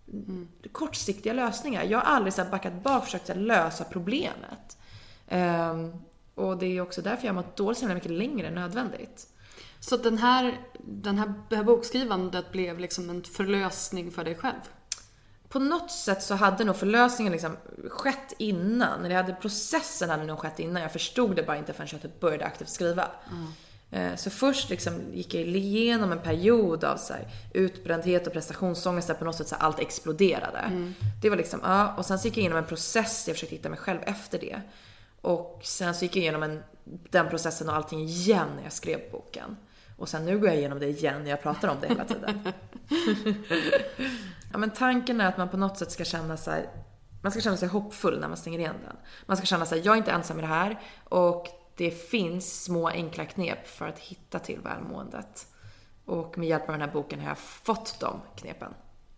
mm. kortsiktiga lösningar. Jag har aldrig så här backat bak och försökt lösa problemet. Um, och det är också därför jag har mått dåligt så mycket längre än nödvändigt. Så den här, den här, det här bokskrivandet blev liksom en förlösning för dig själv? På något sätt så hade nog förlösningen liksom skett innan. Eller hade processen hade nog skett innan. Jag förstod det bara inte förrän jag typ började aktivt skriva. Mm. Så först liksom gick jag igenom en period av så här utbrändhet och prestationsångest där på något sätt så allt exploderade. Mm. Det var liksom, ja. Och sen så gick jag igenom en process. Jag försökte hitta mig själv efter det. Och sen så gick jag igenom en, den processen och allting igen när jag skrev boken. Och sen nu går jag igenom det igen när jag pratar om det hela tiden. Ja, men tanken är att man på något sätt ska känna sig, man ska känna sig hoppfull när man stänger igen den. Man ska känna sig, jag är inte ensam i det här. Och det finns små enkla knep för att hitta till välmåendet. Och med hjälp av den här boken har jag fått de knepen.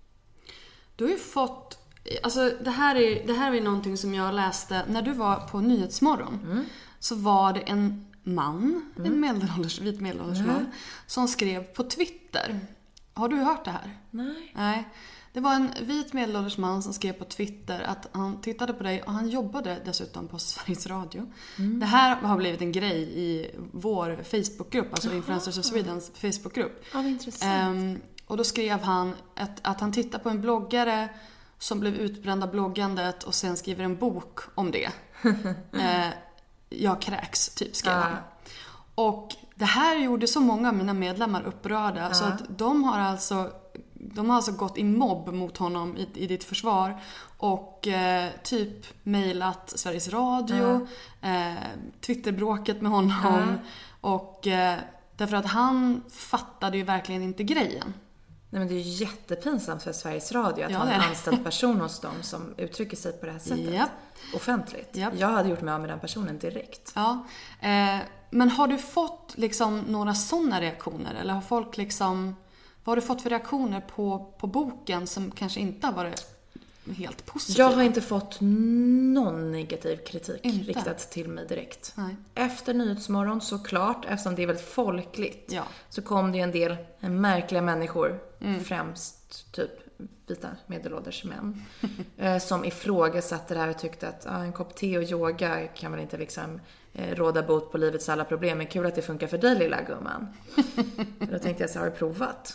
Du har ju fått, alltså det här är, det här är någonting som jag läste när du var på Nyhetsmorgon. Mm. Så var det en man, mm. en medelålders, vit medelålders man, mm. som skrev på Twitter. Har du hört det här? Nej. Nej. Det var en vit medelålders man som skrev på Twitter att han tittade på dig och han jobbade dessutom på Sveriges Radio. Mm. Det här har blivit en grej i vår Facebookgrupp, alltså Jaha. Influencers of Swedens Facebookgrupp. Ja, intressant. Um, och då skrev han att, att han tittar på en bloggare som blev utbränd av bloggandet och sen skriver en bok om det. uh, jag kräks, typ, skrev uh. han. Och det här gjorde så många av mina medlemmar upprörda uh. så att de har alltså de har alltså gått i mobb mot honom i, i ditt försvar och eh, typ mejlat Sveriges Radio, mm. eh, Twitterbråket med honom mm. och eh, därför att han fattade ju verkligen inte grejen. Nej, men det är ju jättepinsamt för Sveriges Radio att ja, ha en anställd person hos dem som uttrycker sig på det här sättet. Yep. Offentligt. Yep. Jag hade gjort mig av med den personen direkt. Ja, eh, men har du fått liksom några sådana reaktioner eller har folk liksom... Vad har du fått för reaktioner på, på boken som kanske inte har varit helt positiva? Jag har inte fått någon negativ kritik inte. riktad till mig direkt. Nej. Efter Nyhetsmorgon såklart, eftersom det är väldigt folkligt, ja. så kom det en del märkliga människor, mm. främst typ vita medelålders män, som ifrågasatte det här och tyckte att ah, en kopp te och yoga kan väl inte liksom eh, råda bot på livets alla problem. Men kul att det funkar för dig, lilla gumman. Då tänkte jag så här, har du provat?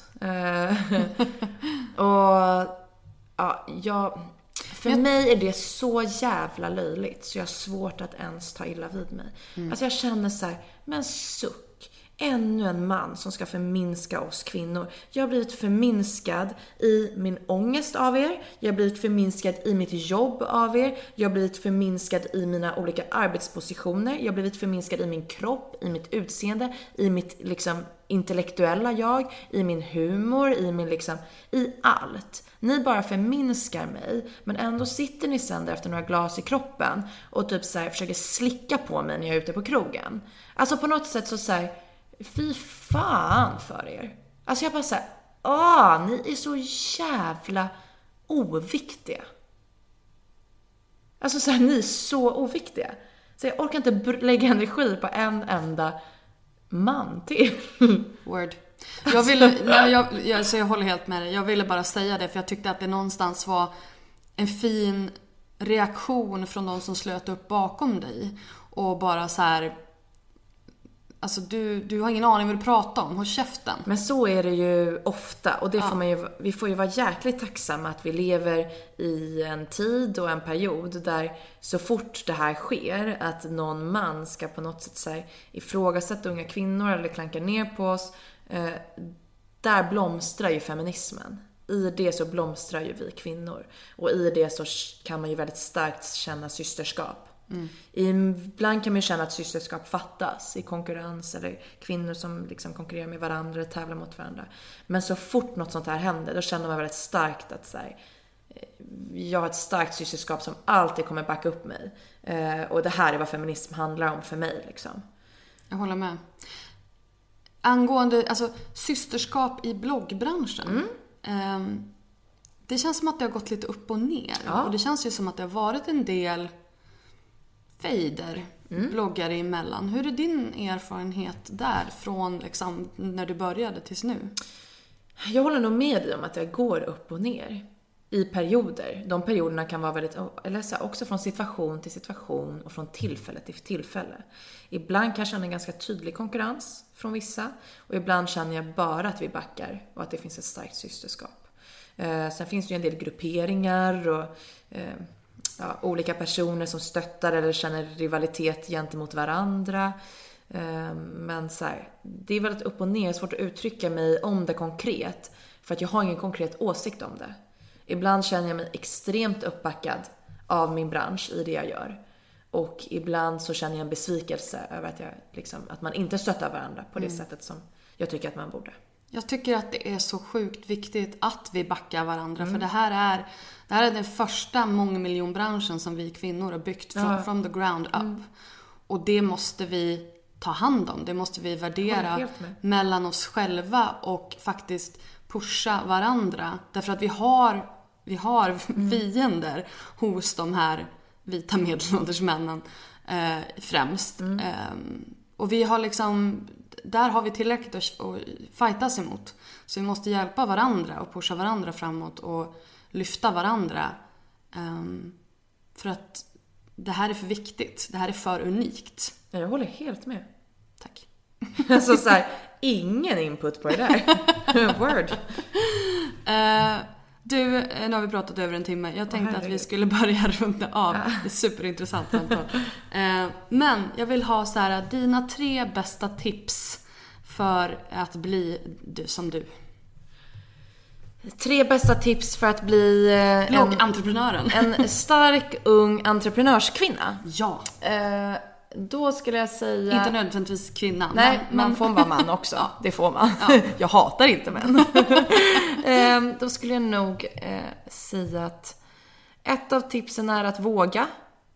och ja, jag, för jag... mig är det så jävla löjligt så jag har svårt att ens ta illa vid mig. Mm. Alltså jag känner så här, men suck. Ännu en man som ska förminska oss kvinnor. Jag har blivit förminskad i min ångest av er. Jag har blivit förminskad i mitt jobb av er. Jag har blivit förminskad i mina olika arbetspositioner. Jag har blivit förminskad i min kropp, i mitt utseende, i mitt liksom intellektuella jag, i min humor, i min liksom, i allt. Ni bara förminskar mig, men ändå sitter ni sen där efter några glas i kroppen och typ så här försöker slicka på mig när jag är ute på krogen. Alltså på något sätt så så här, fy fan för er. Alltså jag bara så här, åh, ni är så jävla oviktiga. Alltså så här, ni är så oviktiga. Så jag orkar inte lägga energi på en enda man till. Word. Jag ville, nej, jag, jag, så jag håller helt med dig. Jag ville bara säga det för jag tyckte att det någonstans var en fin reaktion från de som slöt upp bakom dig. Och bara så här, alltså du, du har ingen aning vad du pratar om, håll käften. Men så är det ju ofta och det ja. får man ju, vi får ju vara jäkligt tacksamma att vi lever i en tid och en period där så fort det här sker att någon man ska på något sätt så här, ifrågasätta unga kvinnor eller klanka ner på oss, eh, där blomstrar ju feminismen. I det så blomstrar ju vi kvinnor och i det så kan man ju väldigt starkt känna systerskap. Mm. Ibland kan man ju känna att systerskap fattas i konkurrens eller kvinnor som liksom konkurrerar med varandra eller tävlar mot varandra. Men så fort något sånt här händer, då känner man väldigt starkt att så här, jag har ett starkt systerskap som alltid kommer backa upp mig. Eh, och det här är vad feminism handlar om för mig liksom. Jag håller med. Angående alltså, systerskap i bloggbranschen. Mm. Eh, det känns som att det har gått lite upp och ner. Ja. Och det känns ju som att det har varit en del fejder, mm. bloggare emellan. Hur är din erfarenhet där från liksom, när du började tills nu? Jag håller nog med dig om att det går upp och ner. i perioder. De perioderna kan vara väldigt, eller så här, också från situation till situation och från tillfälle till tillfälle. Ibland kan jag känna en ganska tydlig konkurrens från vissa, och ibland känner jag bara att vi backar och att det finns ett starkt systerskap. Eh, sen finns det ju en del grupperingar och eh, ja, olika personer som stöttar eller känner rivalitet gentemot varandra. Eh, men så här, det är väldigt upp och ner, svårt att uttrycka mig om det konkret, för att jag har ingen konkret åsikt om det. Ibland känner jag mig extremt uppbackad av min bransch i det jag gör. Och ibland så känner jag en besvikelse över att, jag, liksom, att man inte stöttar varandra på det mm. sättet som jag tycker att man borde. Jag tycker att det är så sjukt viktigt att vi backar varandra. Mm. För det här, är, det här är den första mångmiljonbranschen som vi kvinnor har byggt from, ja. from the ground up. Mm. Och det måste vi ta hand om. Det måste vi värdera mellan oss själva och faktiskt pusha varandra. Därför att vi har, vi har mm. fiender hos de här vita medelålders männen eh, främst. Mm. Eh, och vi har liksom, där har vi tillräckligt att, att fightas emot. Så vi måste hjälpa varandra och pusha varandra framåt och lyfta varandra. Eh, för att det här är för viktigt. Det här är för unikt. Jag håller helt med. Tack. Alltså så här, ingen input på det där. Word. Uh, du, nu har vi pratat över en timme. Jag tänkte oh, att vi skulle börja runda av. Ja. Det är superintressant samtal. Uh, men jag vill ha så här, dina tre bästa tips för att bli du, som du. Tre bästa tips för att bli uh, en, entreprenören. en stark, ung entreprenörskvinna. Ja. Uh, Då skulle jag säga... Inte nödvändigtvis kvinnan. Nej, men... man får vara man också. Ja. Det får man. Ja. Jag hatar inte män. ehm, då skulle jag nog eh, säga att ett av tipsen är att våga.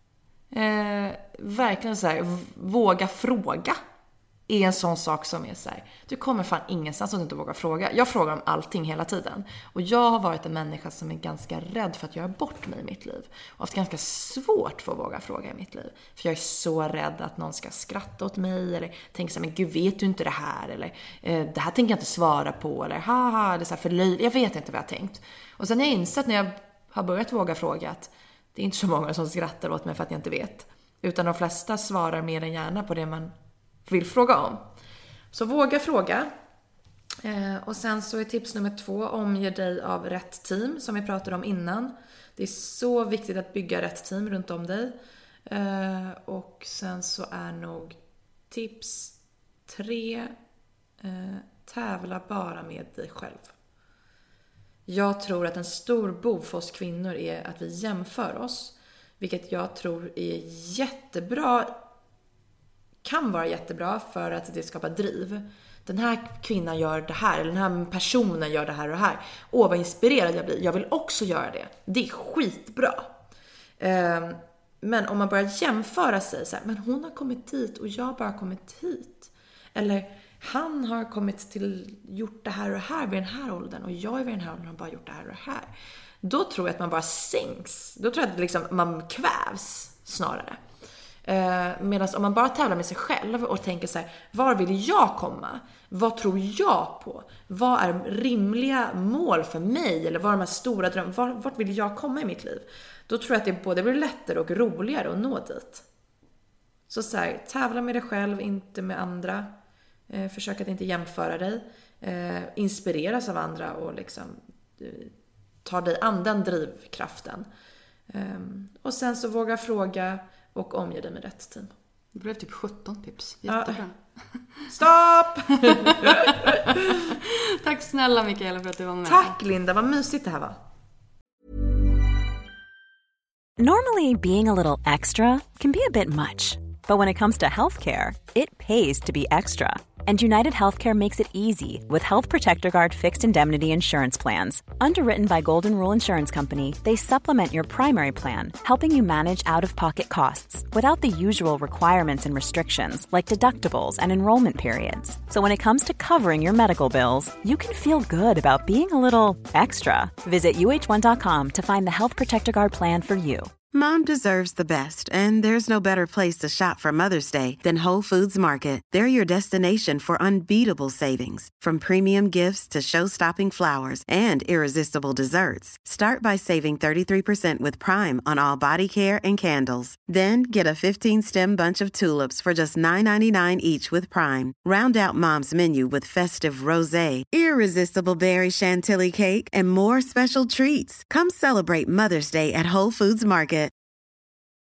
Eh, verkligen så här, v- våga fråga. Är en sån sak som är så här, du kommer fan ingenstans om du inte vågar fråga. Jag frågar om allting hela tiden. Och jag har varit en människa som är ganska rädd för att göra bort mig i mitt liv. Och haft ganska svårt för att våga fråga i mitt liv. För jag är så rädd att någon ska skratta åt mig. Eller tänka så här, men gud, vet du inte det här? Eller eh, det här tänker jag inte svara på. Eller haha, det är så här förlöjligt. Jag vet inte vad jag har tänkt. Och sen har jag insett när jag har börjat våga fråga att det är inte så många som skrattar åt mig för att jag inte vet. Utan de flesta svarar mer än gärna på det man vill fråga om. Så våga fråga. Eh, och sen så är tips nummer två, omge dig av rätt team, som vi pratade om innan. Det är så viktigt att bygga rätt team runt om dig. Eh, och sen så är nog tips tre, eh, tävla bara med dig själv. Jag tror att en stor bov för oss kvinnor är att vi jämför oss. Vilket jag tror är jättebra, kan vara jättebra för att det skapar driv. Den här kvinnan gör det här, eller den här personen gör det här och det här. Åh, vad inspirerad jag blir. Jag vill också göra det. Det är skitbra. Men om man börjar jämföra sig så här, men hon har kommit dit och jag har bara kommit hit. Eller han har kommit till, gjort det här och det här vid den här åldern, och jag är vid den här åldern och har bara gjort det här och det här. Då tror jag att man bara sänks. Då tror jag att liksom man kvävs snarare. Eh, medan om man bara tävlar med sig själv och tänker så här, var vill jag komma? Vad tror jag på? Vad är rimliga mål för mig? Eller vad är de här stora drömmarna? Var, vart vill jag komma i mitt liv? Då tror jag att det både blir lättare och roligare att nå dit. Så så här, tävla med dig själv, inte med andra. Eh, försök att inte jämföra dig. Eh, inspireras av andra och liksom eh, ta dig an den drivkraften. Eh, och sen så våga fråga och omge dig med rätt team. Det blev typ sjutton tips. Jättebra. Ja. Stopp! Tack snälla Mikaela för att du var med. Tack Linda, vad mysigt det här var. Normally, being a little extra can be a bit much. But when it comes to healthcare, it pays to be extra. And United Healthcare makes it easy with Health Protector Guard fixed indemnity insurance plans. Underwritten by Golden Rule Insurance Company, they supplement your primary plan, helping you manage out-of-pocket costs without the usual requirements and restrictions like deductibles and enrollment periods. So when it comes to covering your medical bills, you can feel good about being a little extra. Visit U H one dot com to find the Health Protector Guard plan for you. Mom deserves the best, and there's no better place to shop for Mother's Day than Whole Foods Market. They're your destination for unbeatable savings, from premium gifts to show-stopping flowers and irresistible desserts. Start by saving thirty-three percent with Prime on all body care and candles. Then get a fifteen-stem bunch of tulips for just nine ninety-nine each with Prime. Round out Mom's menu with festive rosé, irresistible berry chantilly cake, and more special treats. Come celebrate Mother's Day at Whole Foods Market.